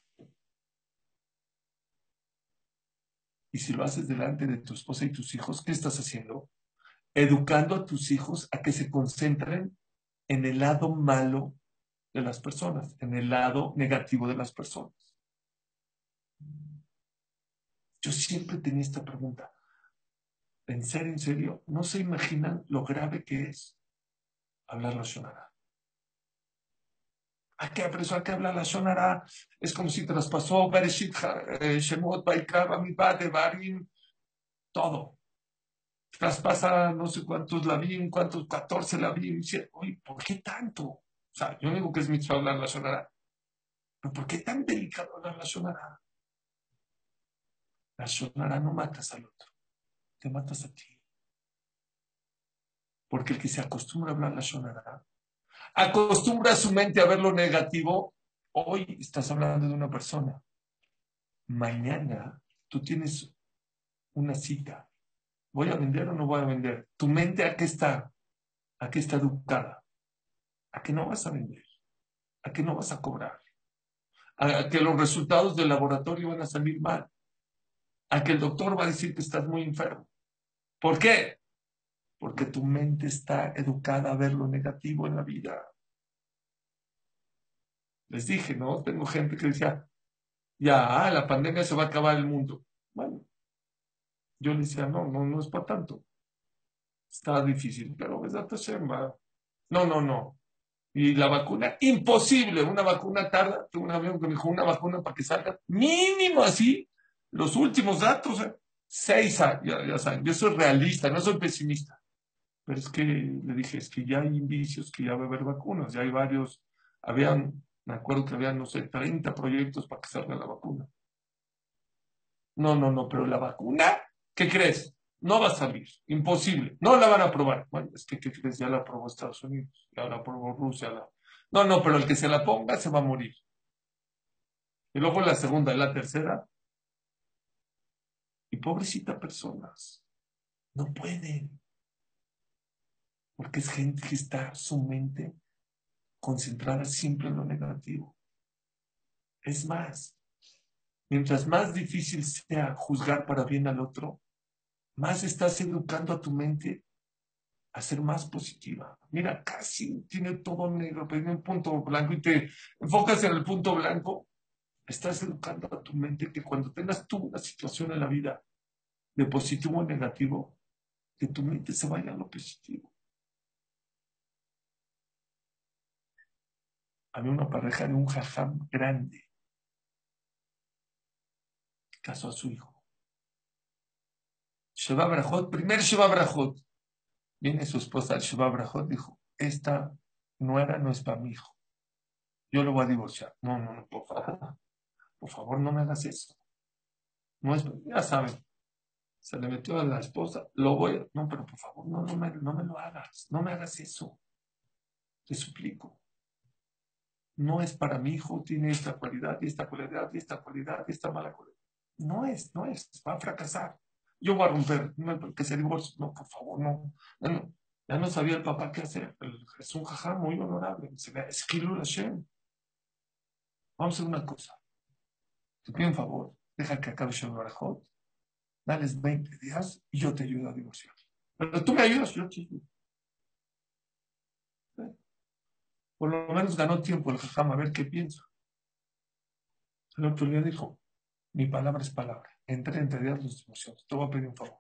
Y si lo haces delante de tu esposa y tus hijos, ¿qué estás haciendo? Educando a tus hijos a que se concentren en el lado malo de las personas, en el lado negativo de las personas. Yo siempre tenía esta pregunta. En serio, en serio, no se imaginan lo grave que es hablar la shonara. ¿A qué persona que habla la shonara? Es como si traspasó Bereshit, Shemot, Baikra, Bamidbar, Devarim, todo. Traspasa no sé cuántos labim, cuántos, catorce labim. Oye, ¿por qué tanto? O sea, yo no digo que es mitzvah hablar la shonara, pero ¿por qué tan delicado hablar la shonara? La shonara no matas al otro, te matas a ti. Porque el que se acostumbra a hablar la shonara, acostumbra a su mente a ver lo negativo. Hoy estás hablando de una persona. Mañana tú tienes una cita. ¿Voy a vender o no voy a vender? ¿Tu mente a qué está? ¿A qué está educada? ¿A qué no vas a vender? ¿A qué no vas a cobrar? ¿A que los resultados del laboratorio van a salir mal? ¿A que el doctor va a decir que estás muy enfermo? ¿Por qué? Porque tu mente está educada a ver lo negativo en la vida. Les dije, ¿no? Tengo gente que decía, ya, la pandemia se va a acabar el mundo. Bueno, yo le decía, no, no, no es para tanto. Está difícil, pero Besat Hashem va. No, no, no. Y la vacuna, imposible. Una vacuna tarda. Tengo un amigo que me dijo, una vacuna para que salga mínimo así, los últimos datos, ¿eh? Seis años, ya, ya saben. Yo soy realista, no soy pesimista. Pero es que le dije, es que ya hay indicios que ya va a haber vacunas. Ya hay varios, habían, me acuerdo que habían, no sé, treinta proyectos para que salga la vacuna. No, no, no, pero la vacuna, ¿qué crees? No va a salir, imposible, no la van a aprobar. Bueno, es que, ¿qué crees? Ya la aprobó Estados Unidos, ya la aprobó Rusia. La... No, no, pero el que se la ponga se va a morir. Y luego la segunda y la tercera. Y pobrecita personas, no pueden, porque es gente que está su mente concentrada siempre en lo negativo. Es más, mientras más difícil sea juzgar para bien al otro, más estás educando a tu mente a ser más positiva. Mira, casi tiene todo negro, pero tiene un punto blanco y te enfocas en el punto blanco. Estás educando a tu mente que cuando tengas tú una situación en la vida de positivo o negativo, que tu mente se vaya a lo positivo. Había una pareja de un jajam grande, casó a su hijo. Sheba Brajot, primer Sheba Brajot. Viene su esposa al Sheba Brajot, dijo, esta nuera no es para mi hijo. Yo lo voy a divorciar. No, no, no, por favor. Por favor, no me hagas eso. No es, ya saben. Se le metió a la esposa, lo voy a... No, pero por favor, no, no me, no me lo hagas, no me hagas eso, te suplico. No es para mi hijo, tiene esta cualidad, y esta cualidad, y esta cualidad, y esta mala cualidad. No es, no es, va a fracasar. Yo voy a romper, no, que se divorcie, no, por favor, no. Ya no, ya no sabía el papá qué hacer. Es un jajá muy honorable. Se ve, es Hilul Hashem. Vamos a hacer una cosa. Te pido un favor, deja que acabe Shem Barajot, dales veinte días y yo te ayudo a divorciar. Pero tú me ayudas, yo te ayudo. Por lo menos ganó tiempo el jajam a ver qué piensa. El otro día dijo, mi palabra es palabra. En treinta días los divorciamos. Te voy a pedir un favor.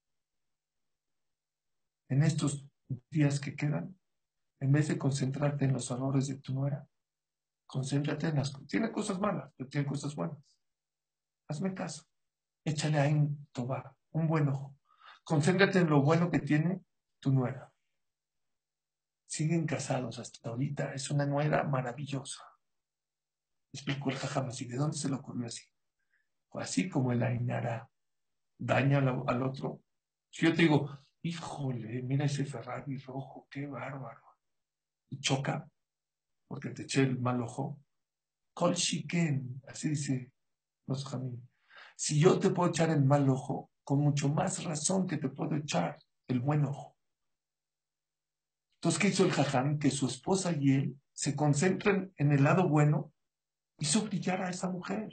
En estos días que quedan, en vez de concentrarte en los errores de tu nuera, concéntrate en las cosas. Tiene cosas malas, pero tiene cosas buenas. Hazme caso. Échale ahí un toba, un buen ojo. Concéntrate en lo bueno que tiene tu nuera. Siguen casados hasta ahorita. Es una nuera maravillosa. Explicó el jajam así. ¿De dónde se le ocurrió así? Así como el Ainara daña al, al otro. Si yo te digo, híjole, mira ese Ferrari rojo, qué bárbaro. Y choca, porque te eché el mal ojo. Kol shiken, así dice los jamín. Si yo te puedo echar el mal ojo, con mucho más razón que te puedo echar el buen ojo. Entonces, ¿qué hizo el jajam? Que su esposa y él se concentren en el lado bueno, hizo brillar a esa mujer.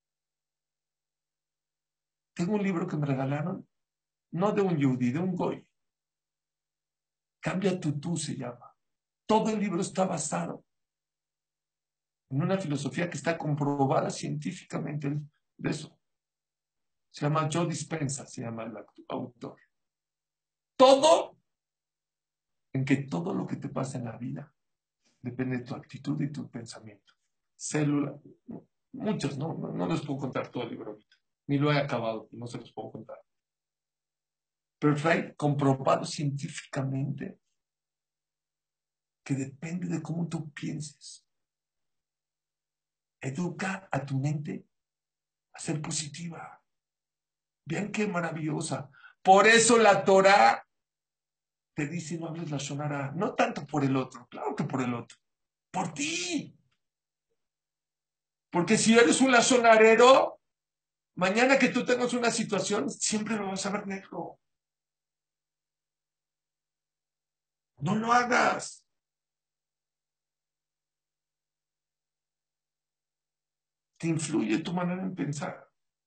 Tengo un libro que me regalaron, no de un yudí, de un goy. Cambia tu tú se llama. Todo el libro está basado en una filosofía que está comprobada científicamente de eso. Se llama Joe Dispenza, se llama el autor. Todo, en que todo lo que te pasa en la vida depende de tu actitud y tu pensamiento. Célula, muchas, no, no, no les puedo contar todo el libro ahorita. Ni lo he acabado, no se los puedo contar. Pero trae comprobado científicamente que depende de cómo tú pienses. Educa a tu mente a ser positiva. Vean qué maravillosa. Por eso la Torah te dice no hables la shonara. No tanto por el otro, claro que por el otro. Por ti. Porque si eres un lashonarero, mañana que tú tengas una situación, siempre lo vas a ver negro. No lo hagas. Te influye tu manera de pensar.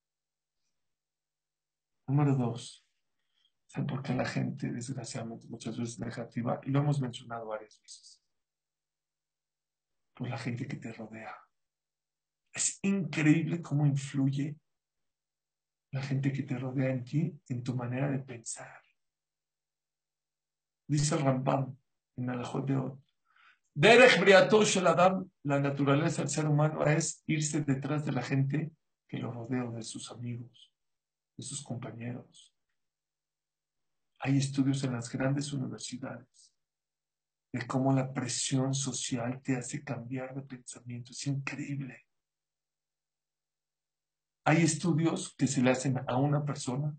Número dos. ¿Saben por qué la gente, desgraciadamente, muchas veces es negativa? Y lo hemos mencionado varias veces. Por la gente que te rodea. Es increíble cómo influye la gente que te rodea en ti, en tu manera de pensar. Dice el Rambam en Alajot de Od. Derech briato shel Adam, la naturaleza del ser humano es irse detrás de la gente que lo rodea, de sus amigos, de sus compañeros. Hay estudios en las grandes universidades de cómo la presión social te hace cambiar de pensamiento. Es increíble. Hay estudios que se le hacen a una persona,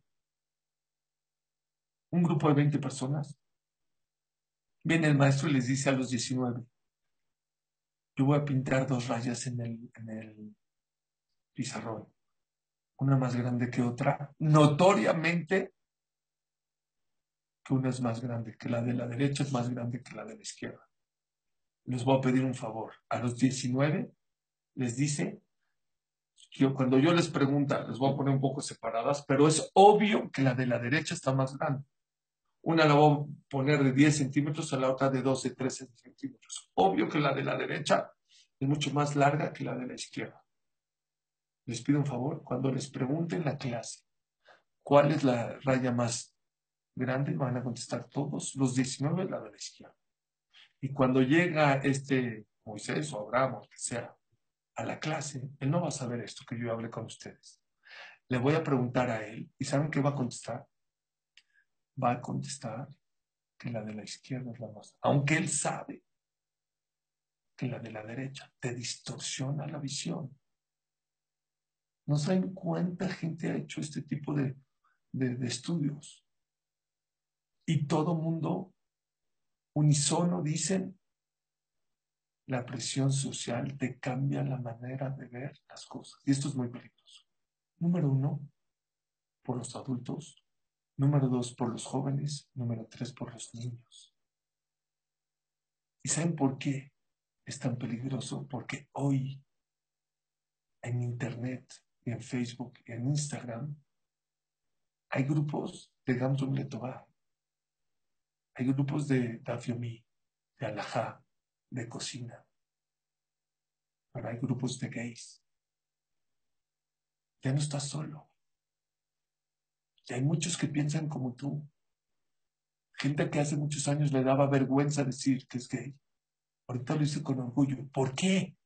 un grupo de veinte personas. Viene el maestro y les dice a los diecinueve, yo voy a pintar dos rayas en el, en el pizarrón, una más grande que otra, notoriamente que una es más grande, que la de la derecha es más grande que la de la izquierda. Les voy a pedir un favor. A los diecinueve les dice, yo, cuando yo les pregunto, les voy a poner un poco separadas, pero es obvio que la de la derecha está más grande. Una la voy a poner de diez centímetros, a la otra de doce, trece centímetros. Obvio que la de la derecha es mucho más larga que la de la izquierda. Les pido un favor, cuando les pregunten en la clase cuál es la raya más grande, van a contestar todos los diecinueve la de la izquierda. Y cuando llega este Moisés o Abraham o el que sea a la clase, él no va a saber esto que yo hablé con ustedes. Le voy a preguntar a él y ¿saben qué va a contestar? Va a contestar que la de la izquierda es la más, aunque él sabe que la de la derecha te distorsiona la visión. ¿No saben cuánta gente ha hecho este tipo de, de, de estudios. Y todo mundo, unísono, dicen, la presión social te cambia la manera de ver las cosas. Y esto es muy peligroso. Número uno, por los adultos. Número dos, por los jóvenes. Número tres, por los niños. ¿Y saben por qué es tan peligroso? Porque hoy en Internet, y en Facebook, y en Instagram, hay grupos de Gamsum Letová. Hay grupos de Daf Yomi, de Alajá, de cocina. Pero hay grupos de gays. Ya no estás solo. Y hay muchos que piensan como tú. Gente que hace muchos años le daba vergüenza decir que es gay. Ahorita lo dice con orgullo. ¿Por qué?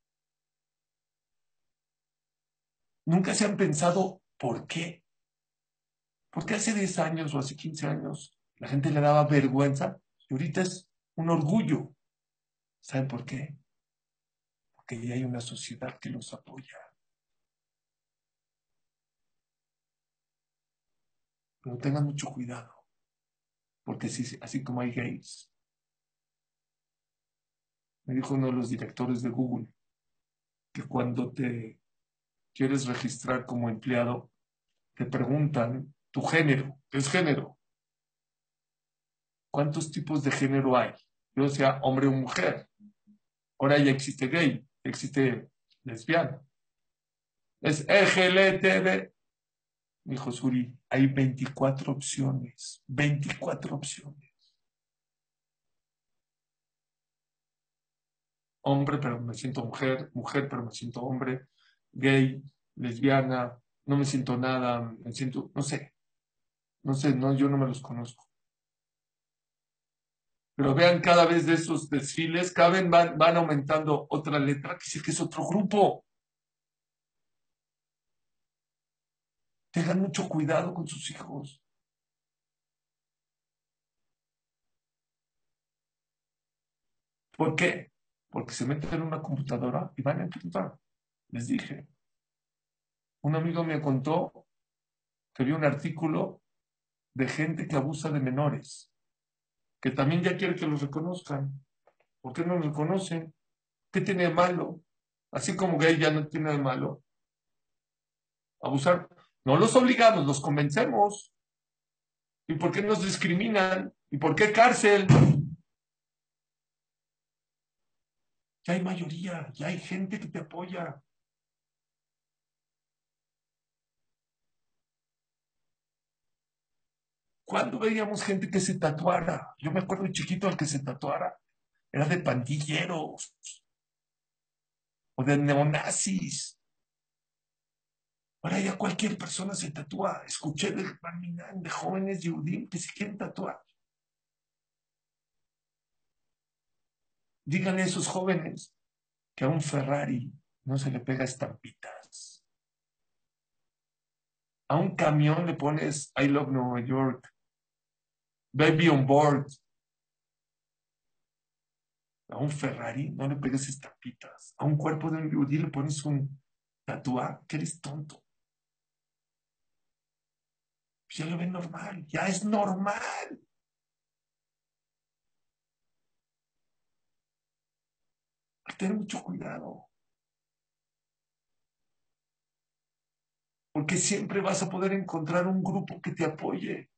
Nunca se han pensado por qué. Porque hace diez años o hace quince años la gente le daba vergüenza y ahorita es un orgullo. ¿Saben por qué? Porque ya hay una sociedad que los apoya. Pero tengan mucho cuidado. Porque así, así como hay gays. Me dijo uno de los directores de Google que cuando te quieres registrar como empleado, te preguntan tu género. ¿Qué es género? ¿Cuántos tipos de género hay? Yo decía hombre o mujer. Ahora ya existe gay, existe lesbiana. Es L G T B. Me dijo Suri, hay veinticuatro opciones. veinticuatro opciones. Hombre, pero me siento mujer. Mujer, pero me siento hombre. Gay, lesbiana. No me siento nada. Me siento, no sé. No sé, no, yo no me los conozco. Pero vean cada vez de esos desfiles, cada vez van, van aumentando otra letra, que dice que es otro grupo. Tengan mucho cuidado con sus hijos. ¿Por qué? Porque se meten en una computadora y van a encontrar. Les dije. Un amigo me contó que vio un artículo de gente que abusa de menores, que también ya quiere que los reconozcan. ¿Por qué no los reconocen? ¿Qué tiene de malo? Así como gay ya no tiene de malo. Abusar. No los obligamos, los convencemos. ¿Y por qué nos discriminan? ¿Y por qué cárcel? Ya hay mayoría, ya hay gente que te apoya. ¿Cuándo veíamos gente que se tatuara? Yo me acuerdo de chiquito al que se tatuara. Era de pandilleros o de neonazis. Ahora ya cualquier persona se tatúa. Escuché de, de jóvenes Yehudim que se quieren tatuar. Díganle a esos jóvenes que a un Ferrari no se le pega estampitas. A un camión le pones I love New York, baby on board. A un Ferrari no le pegues estampitas. A un cuerpo de un Yehudí le pones un tatuaje, que eres tonto. Ya lo ven normal, ya es normal. Hay que tener mucho cuidado. Porque siempre vas a poder encontrar un grupo que te apoye.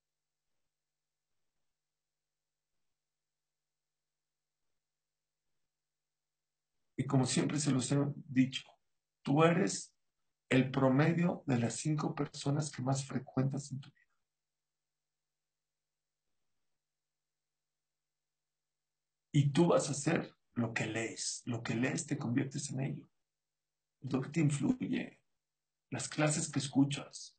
Y como siempre se los he dicho, tú eres el promedio de las cinco personas que más frecuentas en tu vida. Y tú vas a hacer lo que lees. Lo que lees te conviertes en ello. Lo que te influye. Las clases que escuchas.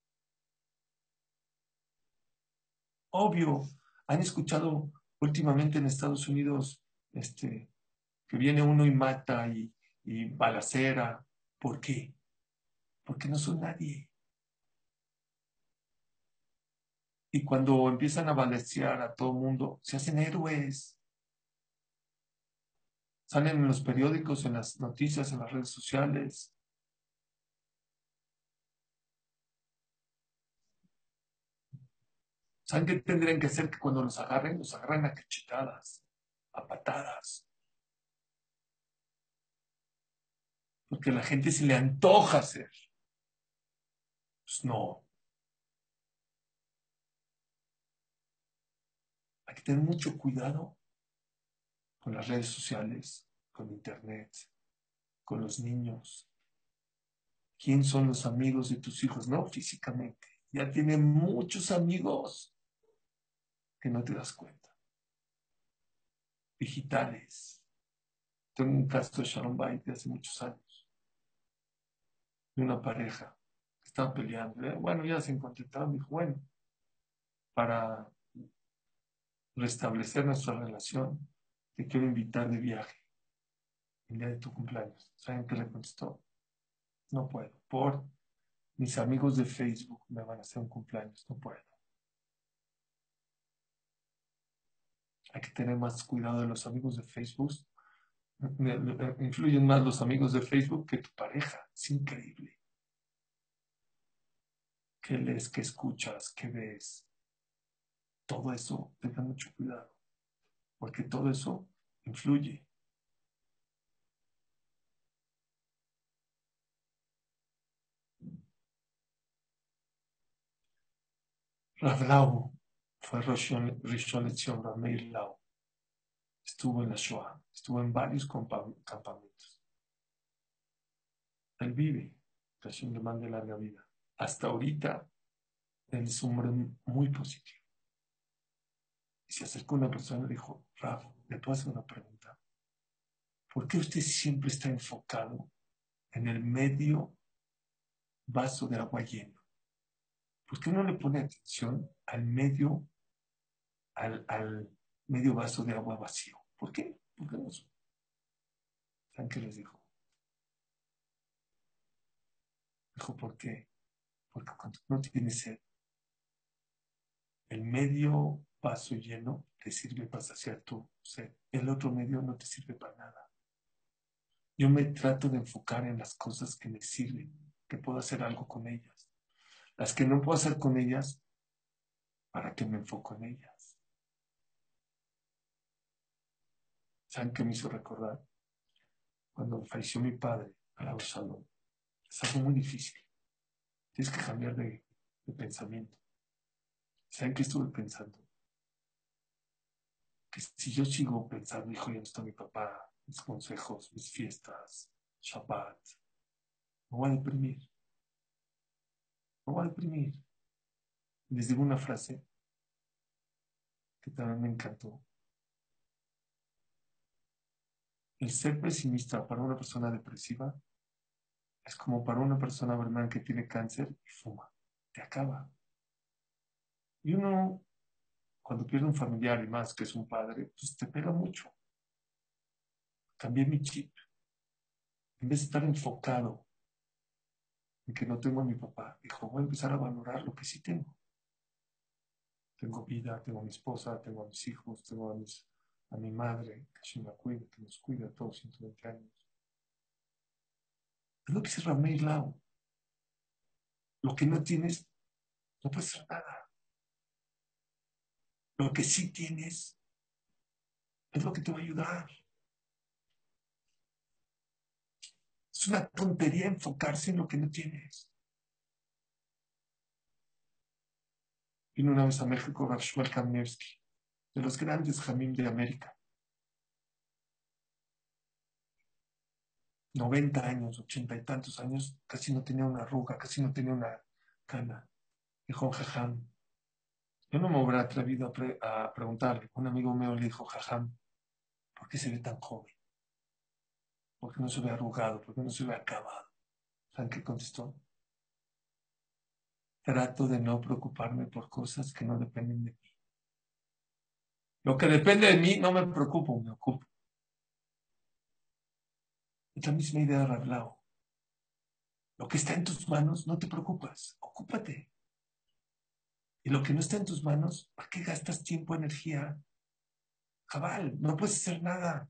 Obvio, han escuchado últimamente en Estados Unidos este, que viene uno y mata y, y balacera. ¿Por qué? Porque no son nadie. Y cuando empiezan a balacear a todo el mundo, se hacen héroes. Salen en los periódicos, en las noticias, en las redes sociales. ¿Saben qué tendrían que hacer? Que cuando los agarren, los agarran a cachetadas, a patadas. Porque a la gente se le antoja hacer. Pues no. Hay que tener mucho cuidado con las redes sociales, con internet, con los niños. ¿Quién son los amigos de tus hijos? No físicamente. Ya tienen muchos amigos que no te das cuenta. Digitales. Tengo un caso de Shalom Bait de hace muchos años, de una pareja que estaba peleando. Bueno, ya se encontraron. Dijo, bueno, para restablecer nuestra relación, te quiero invitar de viaje el día de tu cumpleaños. ¿Saben qué le contestó? No puedo. Por mis amigos de Facebook me van a hacer un cumpleaños. No puedo. Hay que tener más cuidado de los amigos de Facebook. Influyen más los amigos de Facebook que tu pareja. Es increíble. ¿Qué lees? ¿Qué escuchas? ¿Qué ves? Todo eso, tengan mucho cuidado. Porque todo eso influye. Rav Lau fue Rishon Lezion, Rav Meir Lau. Estuvo en la Shoah, estuvo en varios campamentos. Él vive, Hashem le mande larga vida. Hasta ahorita, él es un hombre muy positivo. Y se acercó una persona y dijo, Rav, ¿le puedo hacer una pregunta? ¿Por qué usted siempre está enfocado en el medio vaso de agua lleno? ¿Por qué no le pone atención al medio, al, al medio vaso de agua vacío? ¿Por qué? ¿Por qué no? ¿Saben qué les dijo? Dijo, ¿por qué? Porque cuando no tienes sed, el medio vaso lleno te sirve para saciar tu sed. El otro medio no te sirve para nada. Yo me trato de enfocar en las cosas que me sirven, que puedo hacer algo con ellas. Las que no puedo hacer con ellas, ¿para qué me enfoco en ellas? ¿Saben qué me hizo recordar? Cuando falleció mi padre, Alao Shalom. Es algo muy difícil. Tienes que cambiar de, de pensamiento. ¿Saben qué estuve pensando? Que si yo sigo pensando, hijo, ya no está mi papá, mis consejos, mis fiestas, Shabbat, me voy a deprimir. Me voy a deprimir. Les digo una frase que también me encantó. El ser pesimista para una persona depresiva es como para una persona, ¿verdad?, que tiene cáncer y fuma. Te acaba. Y uno, cuando pierde un familiar y más que es un padre, pues te pega mucho. Cambié mi chip. En vez de estar enfocado en que no tengo a mi papá, dijo, voy a empezar a valorar lo que sí tengo. Tengo vida, tengo a mi esposa, tengo a mis hijos, tengo a, mis, a mi madre, que se me cuida, que nos cuida a todos ciento veinte años. Es lo que dice Rav Meir Lau. Lo que no tienes, no puedes hacer nada. Lo que sí tienes es lo que te va a ayudar. Es una tontería enfocarse en lo que no tienes. Vino una vez a México Rav Shmuel Kanievski, de los grandes Jamim de América. noventa años, ochenta y tantos años, casi no tenía una arruga, casi no tenía una cana. Dijo, Jajam, yo no me hubiera atrevido a, pre a preguntarle. Un amigo mío le dijo, Jajam, ¿por qué se ve tan joven? ¿Por qué no se ve arrugado? ¿Por qué no se ve acabado? ¿Saben qué contestó? Trato de no preocuparme por cosas que no dependen de mí. Lo que depende de mí no me preocupo, me ocupo. Es la misma idea de Rav Lau. Lo que está en tus manos, no te preocupas, ocúpate. Y lo que no está en tus manos, ¿para qué gastas tiempo, energía? Cabal, no puedes hacer nada.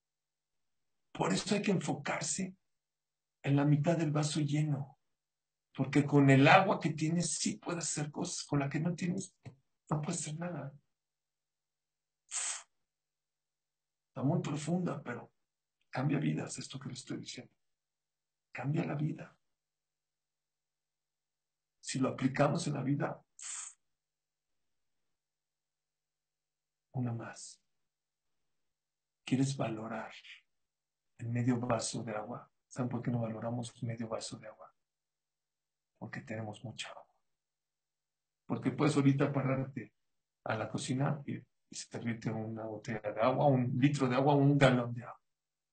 Por eso hay que enfocarse en la mitad del vaso lleno. Porque con el agua que tienes sí puedes hacer cosas, con la que no tienes no puedes hacer nada. Está muy profunda, pero cambia vidas, esto que le estoy diciendo. Cambia la vida. Si lo aplicamos en la vida, una más. ¿Quieres valorar el medio vaso de agua? ¿Saben por qué no valoramos medio vaso de agua? Porque tenemos mucha agua. Porque puedes ahorita pararte a la cocina y, y servirte una botella de agua, un litro de agua, un galón de agua.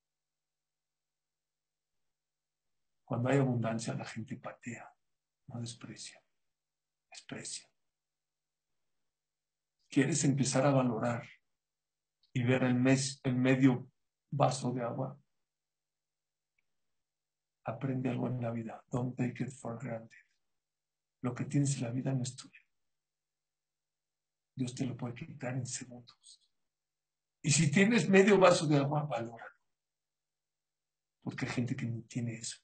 Cuando hay abundancia, la gente patea, no desprecia, desprecia. ¿Quieres empezar a valorar y ver el, mes, el medio vaso de agua? Aprende algo en la vida. Don't take it for granted. Lo que tienes en la vida no es tuyo. Dios te lo puede quitar en segundos. Y si tienes medio vaso de agua, valóralo. Porque hay gente que ni tiene eso.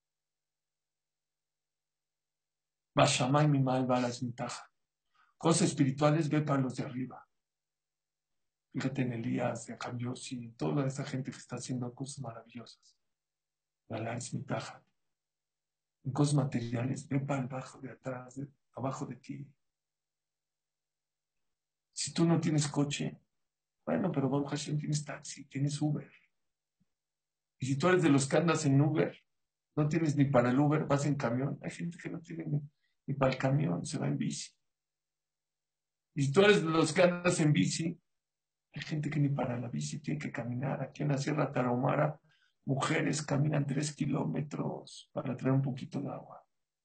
Bashamay mi mal va las ventajas. Cosas espirituales, ve para los de arriba. Fíjate en Elías, de Camiosi, toda esa gente que está haciendo cosas maravillosas. La es mi taja. En cosas materiales, ve para el bajo de atrás, de, abajo de ti. Si tú no tienes coche, bueno, pero Baruch Hashem tienes taxi, tienes Uber. Y si tú eres de los que andas en Uber, no tienes ni para el Uber, vas en camión. Hay gente que no tiene ni, ni para el camión, se va en bici. Y si tú eres de los que andas en bici, hay gente que ni para la bici tiene que caminar. Aquí en la Sierra Tarahumara, mujeres caminan tres kilómetros para traer un poquito de agua.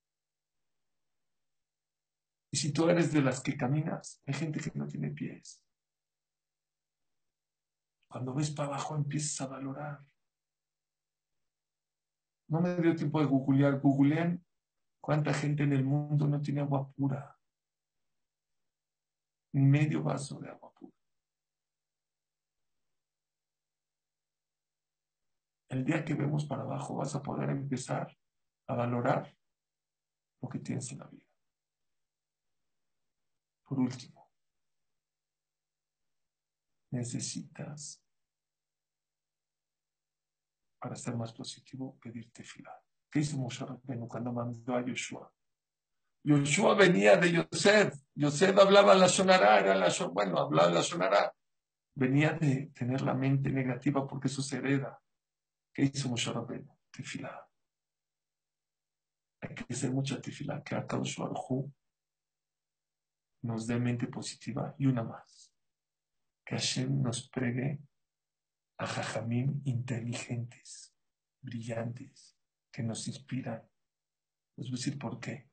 Y si tú eres de las que caminas, hay gente que no tiene pies. Cuando ves para abajo empiezas a valorar. No me dio tiempo de googlear. Googlean cuánta gente en el mundo no tiene agua pura. Ni medio vaso de agua pura. El día que vemos para abajo vas a poder empezar a valorar lo que tienes en la vida. Por último, necesitas, para ser más positivo, pedir tefilá. ¿Qué hizo Moshe Rabbeinu cuando mandó a Yoshua? Yoshua venía de Yosef. Yosef hablaba la sonará, era la bueno, hablaba la sonará. Venía de tener la mente negativa porque eso se hereda. ¿Qué hizo Moshe Rabbeinu? Tefilá. Hay que hacer mucha tefilá, que Akadosh Baruj Hu nos dé mente positiva. Y una más, que Hashem nos pregue a jajamim inteligentes, brillantes, que nos inspiran. Les voy a decir por qué.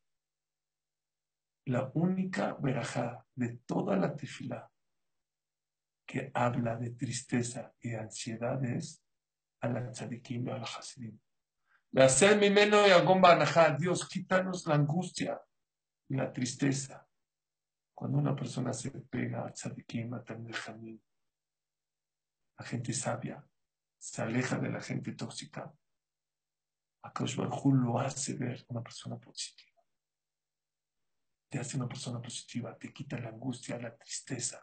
La única verajá de toda la tefilá que habla de tristeza y de ansiedad es a la tzadikim y a la hasidim. La hacer mi meno y agomba anajá. Dios, quítanos la angustia y la tristeza. Cuando una persona se pega a tzadikim, a Talmidei Jamim, la gente sabia, se aleja de la gente tóxica, Akadosh Baruj Hu lo hace ver una persona positiva. Te hace una persona positiva, te quita la angustia, la tristeza.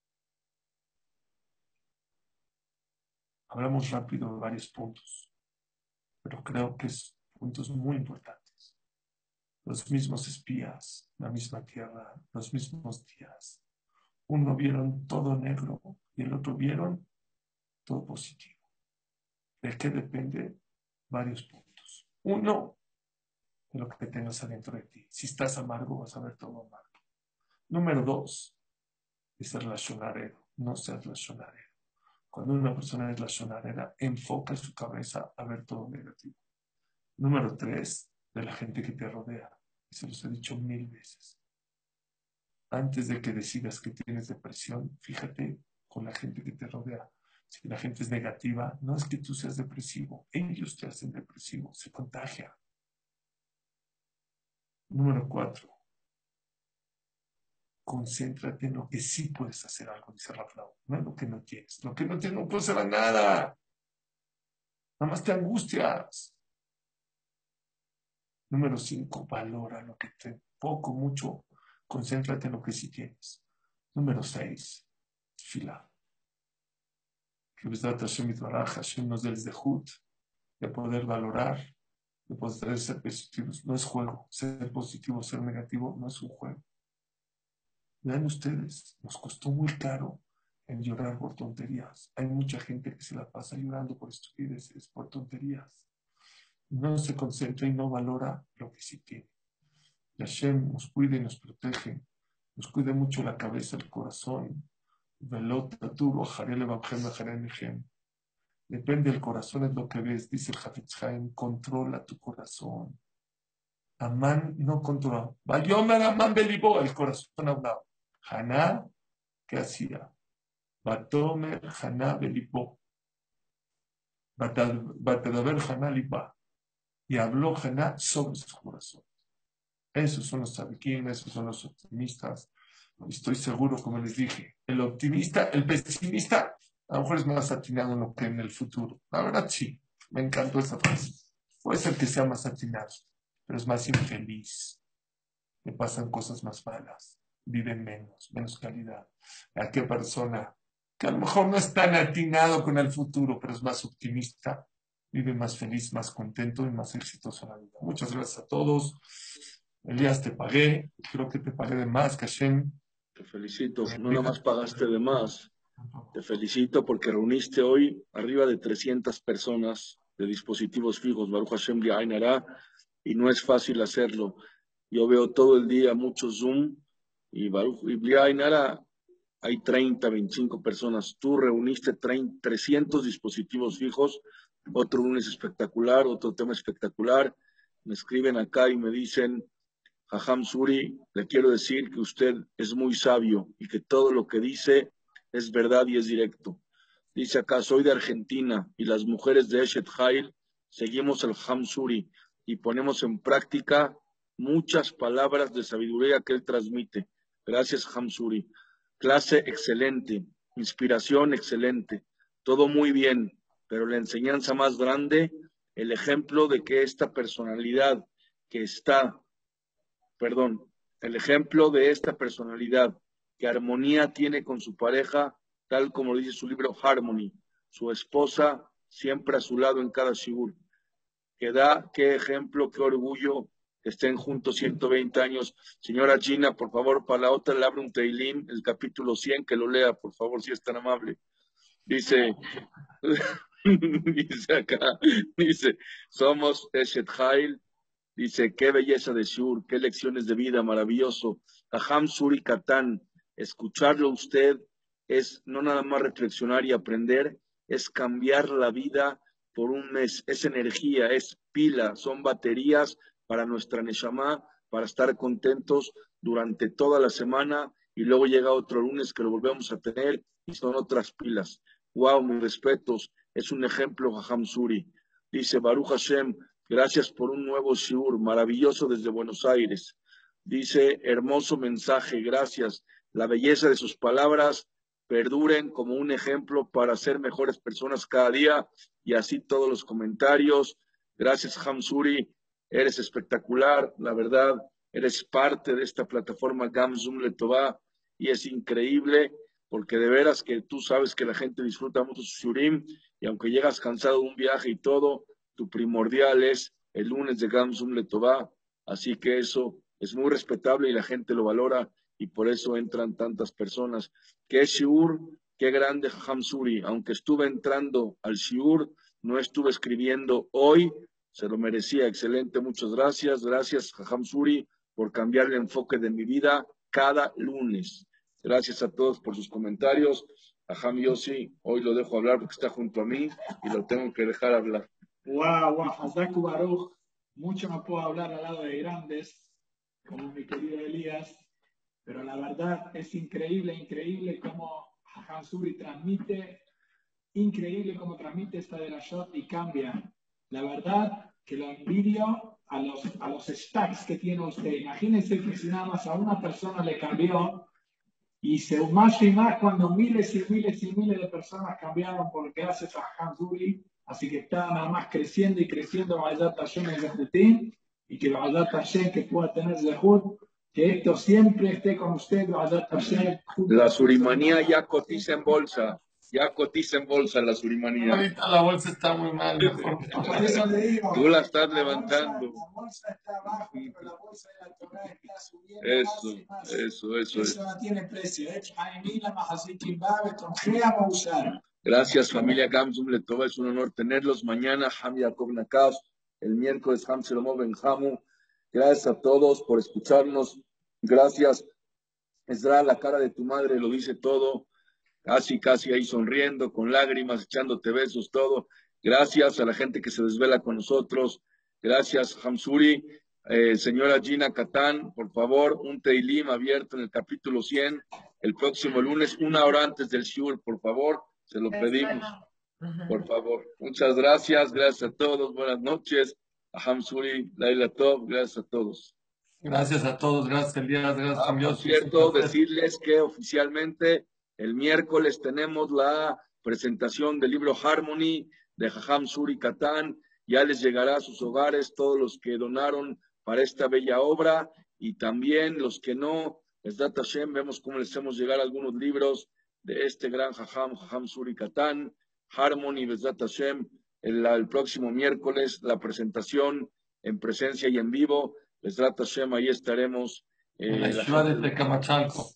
Hablamos rápido de varios puntos, pero creo que son puntos muy importantes. Los mismos espías, la misma tierra, los mismos días. Uno vieron todo negro y el otro vieron todo positivo. ¿De qué depende? Varios puntos. Uno, de lo que tengas adentro de ti. Si estás amargo, vas a ver todo amargo. Número dos, es ser relacionarero. No seas relacionarero. Cuando una persona es relacionarera, enfoca su cabeza a ver todo negativo. Número tres, de la gente que te rodea. Y se los he dicho mil veces. Antes de que decidas que tienes depresión, fíjate con la gente que te rodea. Si la gente es negativa, no es que tú seas depresivo. Ellos te hacen depresivo, se contagia. Número cuatro, concéntrate en lo que sí puedes hacer algo, dice Rafael. No en lo que no tienes. Lo que no tienes no puedes hacer nada. Nada más te angustias. Número cinco, valora lo que te, poco, mucho, concéntrate en lo que sí tienes. Número seis, fila. Que Hashem nos dé el zehut de poder valorar, de poder ser positivos. No es juego. Ser positivo, ser negativo, no es un juego. Vean ustedes, nos costó muy caro en llorar por tonterías. Hay mucha gente que se la pasa llorando por estupideces, por tonterías. No se concentra y no valora lo que sí tiene. Y Hashem nos cuide y nos protege. Nos cuide mucho la cabeza, el corazón. Velota, duro, jarele, bamjem, jarem. Depende del corazón, es lo que ves, dice el Hafetz Haim, controla tu corazón. Amán no controla. Vayomer Amán belibó, el corazón hablaba. Haná, ¿qué hacía? Batomer Haná belibó. Batadaber Haná libá. Y habló Haná sobre su corazón. Esos son los tzadikim, esos son los optimistas. Estoy seguro, como les dije, el optimista, el pesimista, a lo mejor es más atinado en lo que en el futuro. La verdad, sí, me encantó esa frase. Puede ser que sea más atinado, pero es más infeliz. Le pasan cosas más malas, vive menos, menos calidad. ¿A qué persona que a lo mejor no es tan atinado con el futuro, pero es más optimista, vive más feliz, más contento y más exitoso en la vida? Muchas gracias a todos. Elías, te pagué, creo que te pagué de más, que Hashem. Te felicito, no nada más pagaste de más, te felicito porque reuniste hoy arriba de trescientas personas de dispositivos fijos, Baruch Hashem Li'ain Hara, y no es fácil hacerlo. Yo veo todo el día mucho Zoom y Baruch y Li'ain Hara hay treinta, veinticinco personas. Tú reuniste treinta, trescientos dispositivos fijos, otro lunes espectacular, otro tema espectacular. Me escriben acá y me dicen: Jajam Suri, le quiero decir que usted es muy sabio y que todo lo que dice es verdad y es directo. Dice acá: soy de Argentina y las mujeres de Eshet Hail seguimos al Jajam Suri y ponemos en práctica muchas palabras de sabiduría que él transmite. Gracias, Jajam Suri. Clase excelente, inspiración excelente, todo muy bien, pero la enseñanza más grande, el ejemplo de que esta personalidad que está Perdón, el ejemplo de esta personalidad que armonía tiene con su pareja, tal como dice su libro Harmony, su esposa siempre a su lado en cada shiur. Que da, qué ejemplo, qué orgullo que estén juntos ciento veinte años. Señora Gina, por favor, para la otra le abre un teilín, el capítulo cien, que lo lea, por favor, si es tan amable. Dice, dice acá, dice, somos Eshet Hail. Dice, qué belleza de Shur, qué lecciones de vida, maravilloso. Jajam Suri Katán, escucharlo a usted es no nada más reflexionar y aprender, es cambiar la vida por un mes. Es energía, es pila, son baterías para nuestra Neshama, para estar contentos durante toda la semana y luego llega otro lunes que lo volvemos a tener y son otras pilas. Wow, mis respetos, es un ejemplo Jajam Suri. Dice Baruch Hashem, gracias por un nuevo shiur, maravilloso desde Buenos Aires. Dice, hermoso mensaje, gracias. La belleza de sus palabras perduren como un ejemplo para ser mejores personas cada día. Y así todos los comentarios. Gracias, Hamsuri. Eres espectacular, la verdad. Eres parte de esta plataforma Gamzum Letová y es increíble porque de veras que tú sabes que la gente disfruta mucho su shiurim y aunque llegas cansado de un viaje y todo, tu primordial es el lunes de Gamzum Letová, así que eso es muy respetable y la gente lo valora y por eso entran tantas personas. ¿Qué shiur? Qué grande Jajam Suri. Aunque estuve entrando al shiur, no estuve escribiendo hoy, se lo merecía. Excelente, muchas gracias. Gracias Jajam Suri por cambiar el enfoque de mi vida cada lunes. Gracias a todos por sus comentarios. Jajam Yossi, hoy lo dejo hablar porque está junto a mí y lo tengo que dejar hablar. Wow, wow, Hazaku Baruch. Mucho no puedo hablar al lado de grandes, como mi querido Elías, pero la verdad es increíble, increíble cómo Jajam Suri transmite, increíble cómo transmite esta de la shot y cambia. La verdad que lo envidio a los, a los stacks que tiene usted. Imagínense que si nada más a una persona le cambió y se más y más cuando miles y miles y miles de personas cambiaron por gracias a Jajam Suri. Así que está nada más creciendo y creciendo. y que Badat Hashem que pueda tener Zehut, que esto siempre esté con usted, Badat Hashem. La Surimanía ya cotiza en bolsa, ya cotiza en bolsa la Surimanía. Ahorita la bolsa está muy mal, mejor. Por eso le digo, Tú la estás la levantando. Bolsa, la bolsa está abajo, pero la bolsa de la Torah está subiendo Eso, más y más. eso, eso. Eso no tiene precio. ¿Eh? Jaimina, Mahasikim Babe, Tonjea, Mausar. Gracias, familia Gamsum Letova. Es un honor tenerlos. Mañana, Ham Yaakov Nakash. El miércoles, Ham Shelomo Ben Hamu. Gracias a todos por escucharnos. Gracias. Esdra, la cara de tu madre lo dice todo. Casi, casi ahí sonriendo, con lágrimas, echándote besos, todo. Gracias a la gente que se desvela con nosotros. Gracias, Hamsuri. Eh, señora Gina Catán, por favor, un Teilim abierto en el capítulo cien. El próximo lunes, una hora antes del Shur, por favor. Se lo pedimos. Por favor. Muchas gracias. Gracias a todos. Buenas noches. A Hamsuri, Laila Tov. Gracias a todos. Gracias a todos. Gracias, Elías. Gracias, Ah, por Dios. cierto, decirles que oficialmente el miércoles tenemos la presentación del libro Harmony de Jajam Suri Catán. Ya les llegará a sus hogares todos los que donaron para esta bella obra y también los que no. Besdat Hashem, vemos cómo les hacemos llegar algunos libros de este gran Jajam, Jajam Suri Catán. Harmony, Besdat Hashem, el, el próximo miércoles la presentación en presencia y en vivo. Besdat Hashem, ahí estaremos. Eh, en la la ciudad de Tecamachalco.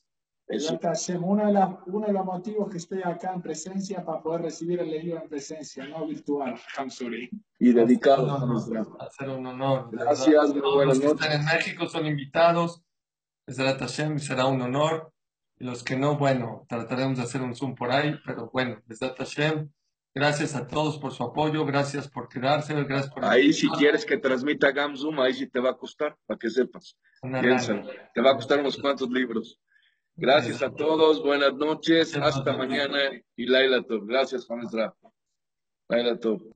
Uno de, la, uno de los motivos que estoy acá en presencia para poder recibir el libro en presencia, no virtual, Hamsuri. Y dedicado a hacer un honor. Gracias, muy todos buenas los que noches. están en México son invitados. Hashem, será un honor. Y los que no, bueno, trataremos de hacer un Zoom por ahí, pero bueno, Hashem. Gracias a todos por su apoyo, gracias por quedarse, gracias por... Ahí si quieres que transmita Gamsum, ahí sí te va a costar, para que sepas. Piénsalo, te va a costar unos cuantos libros. Gracias a todos, buenas noches, hasta mañana y Laila Tov. Gracias, Juan Ezra. Laila Tov.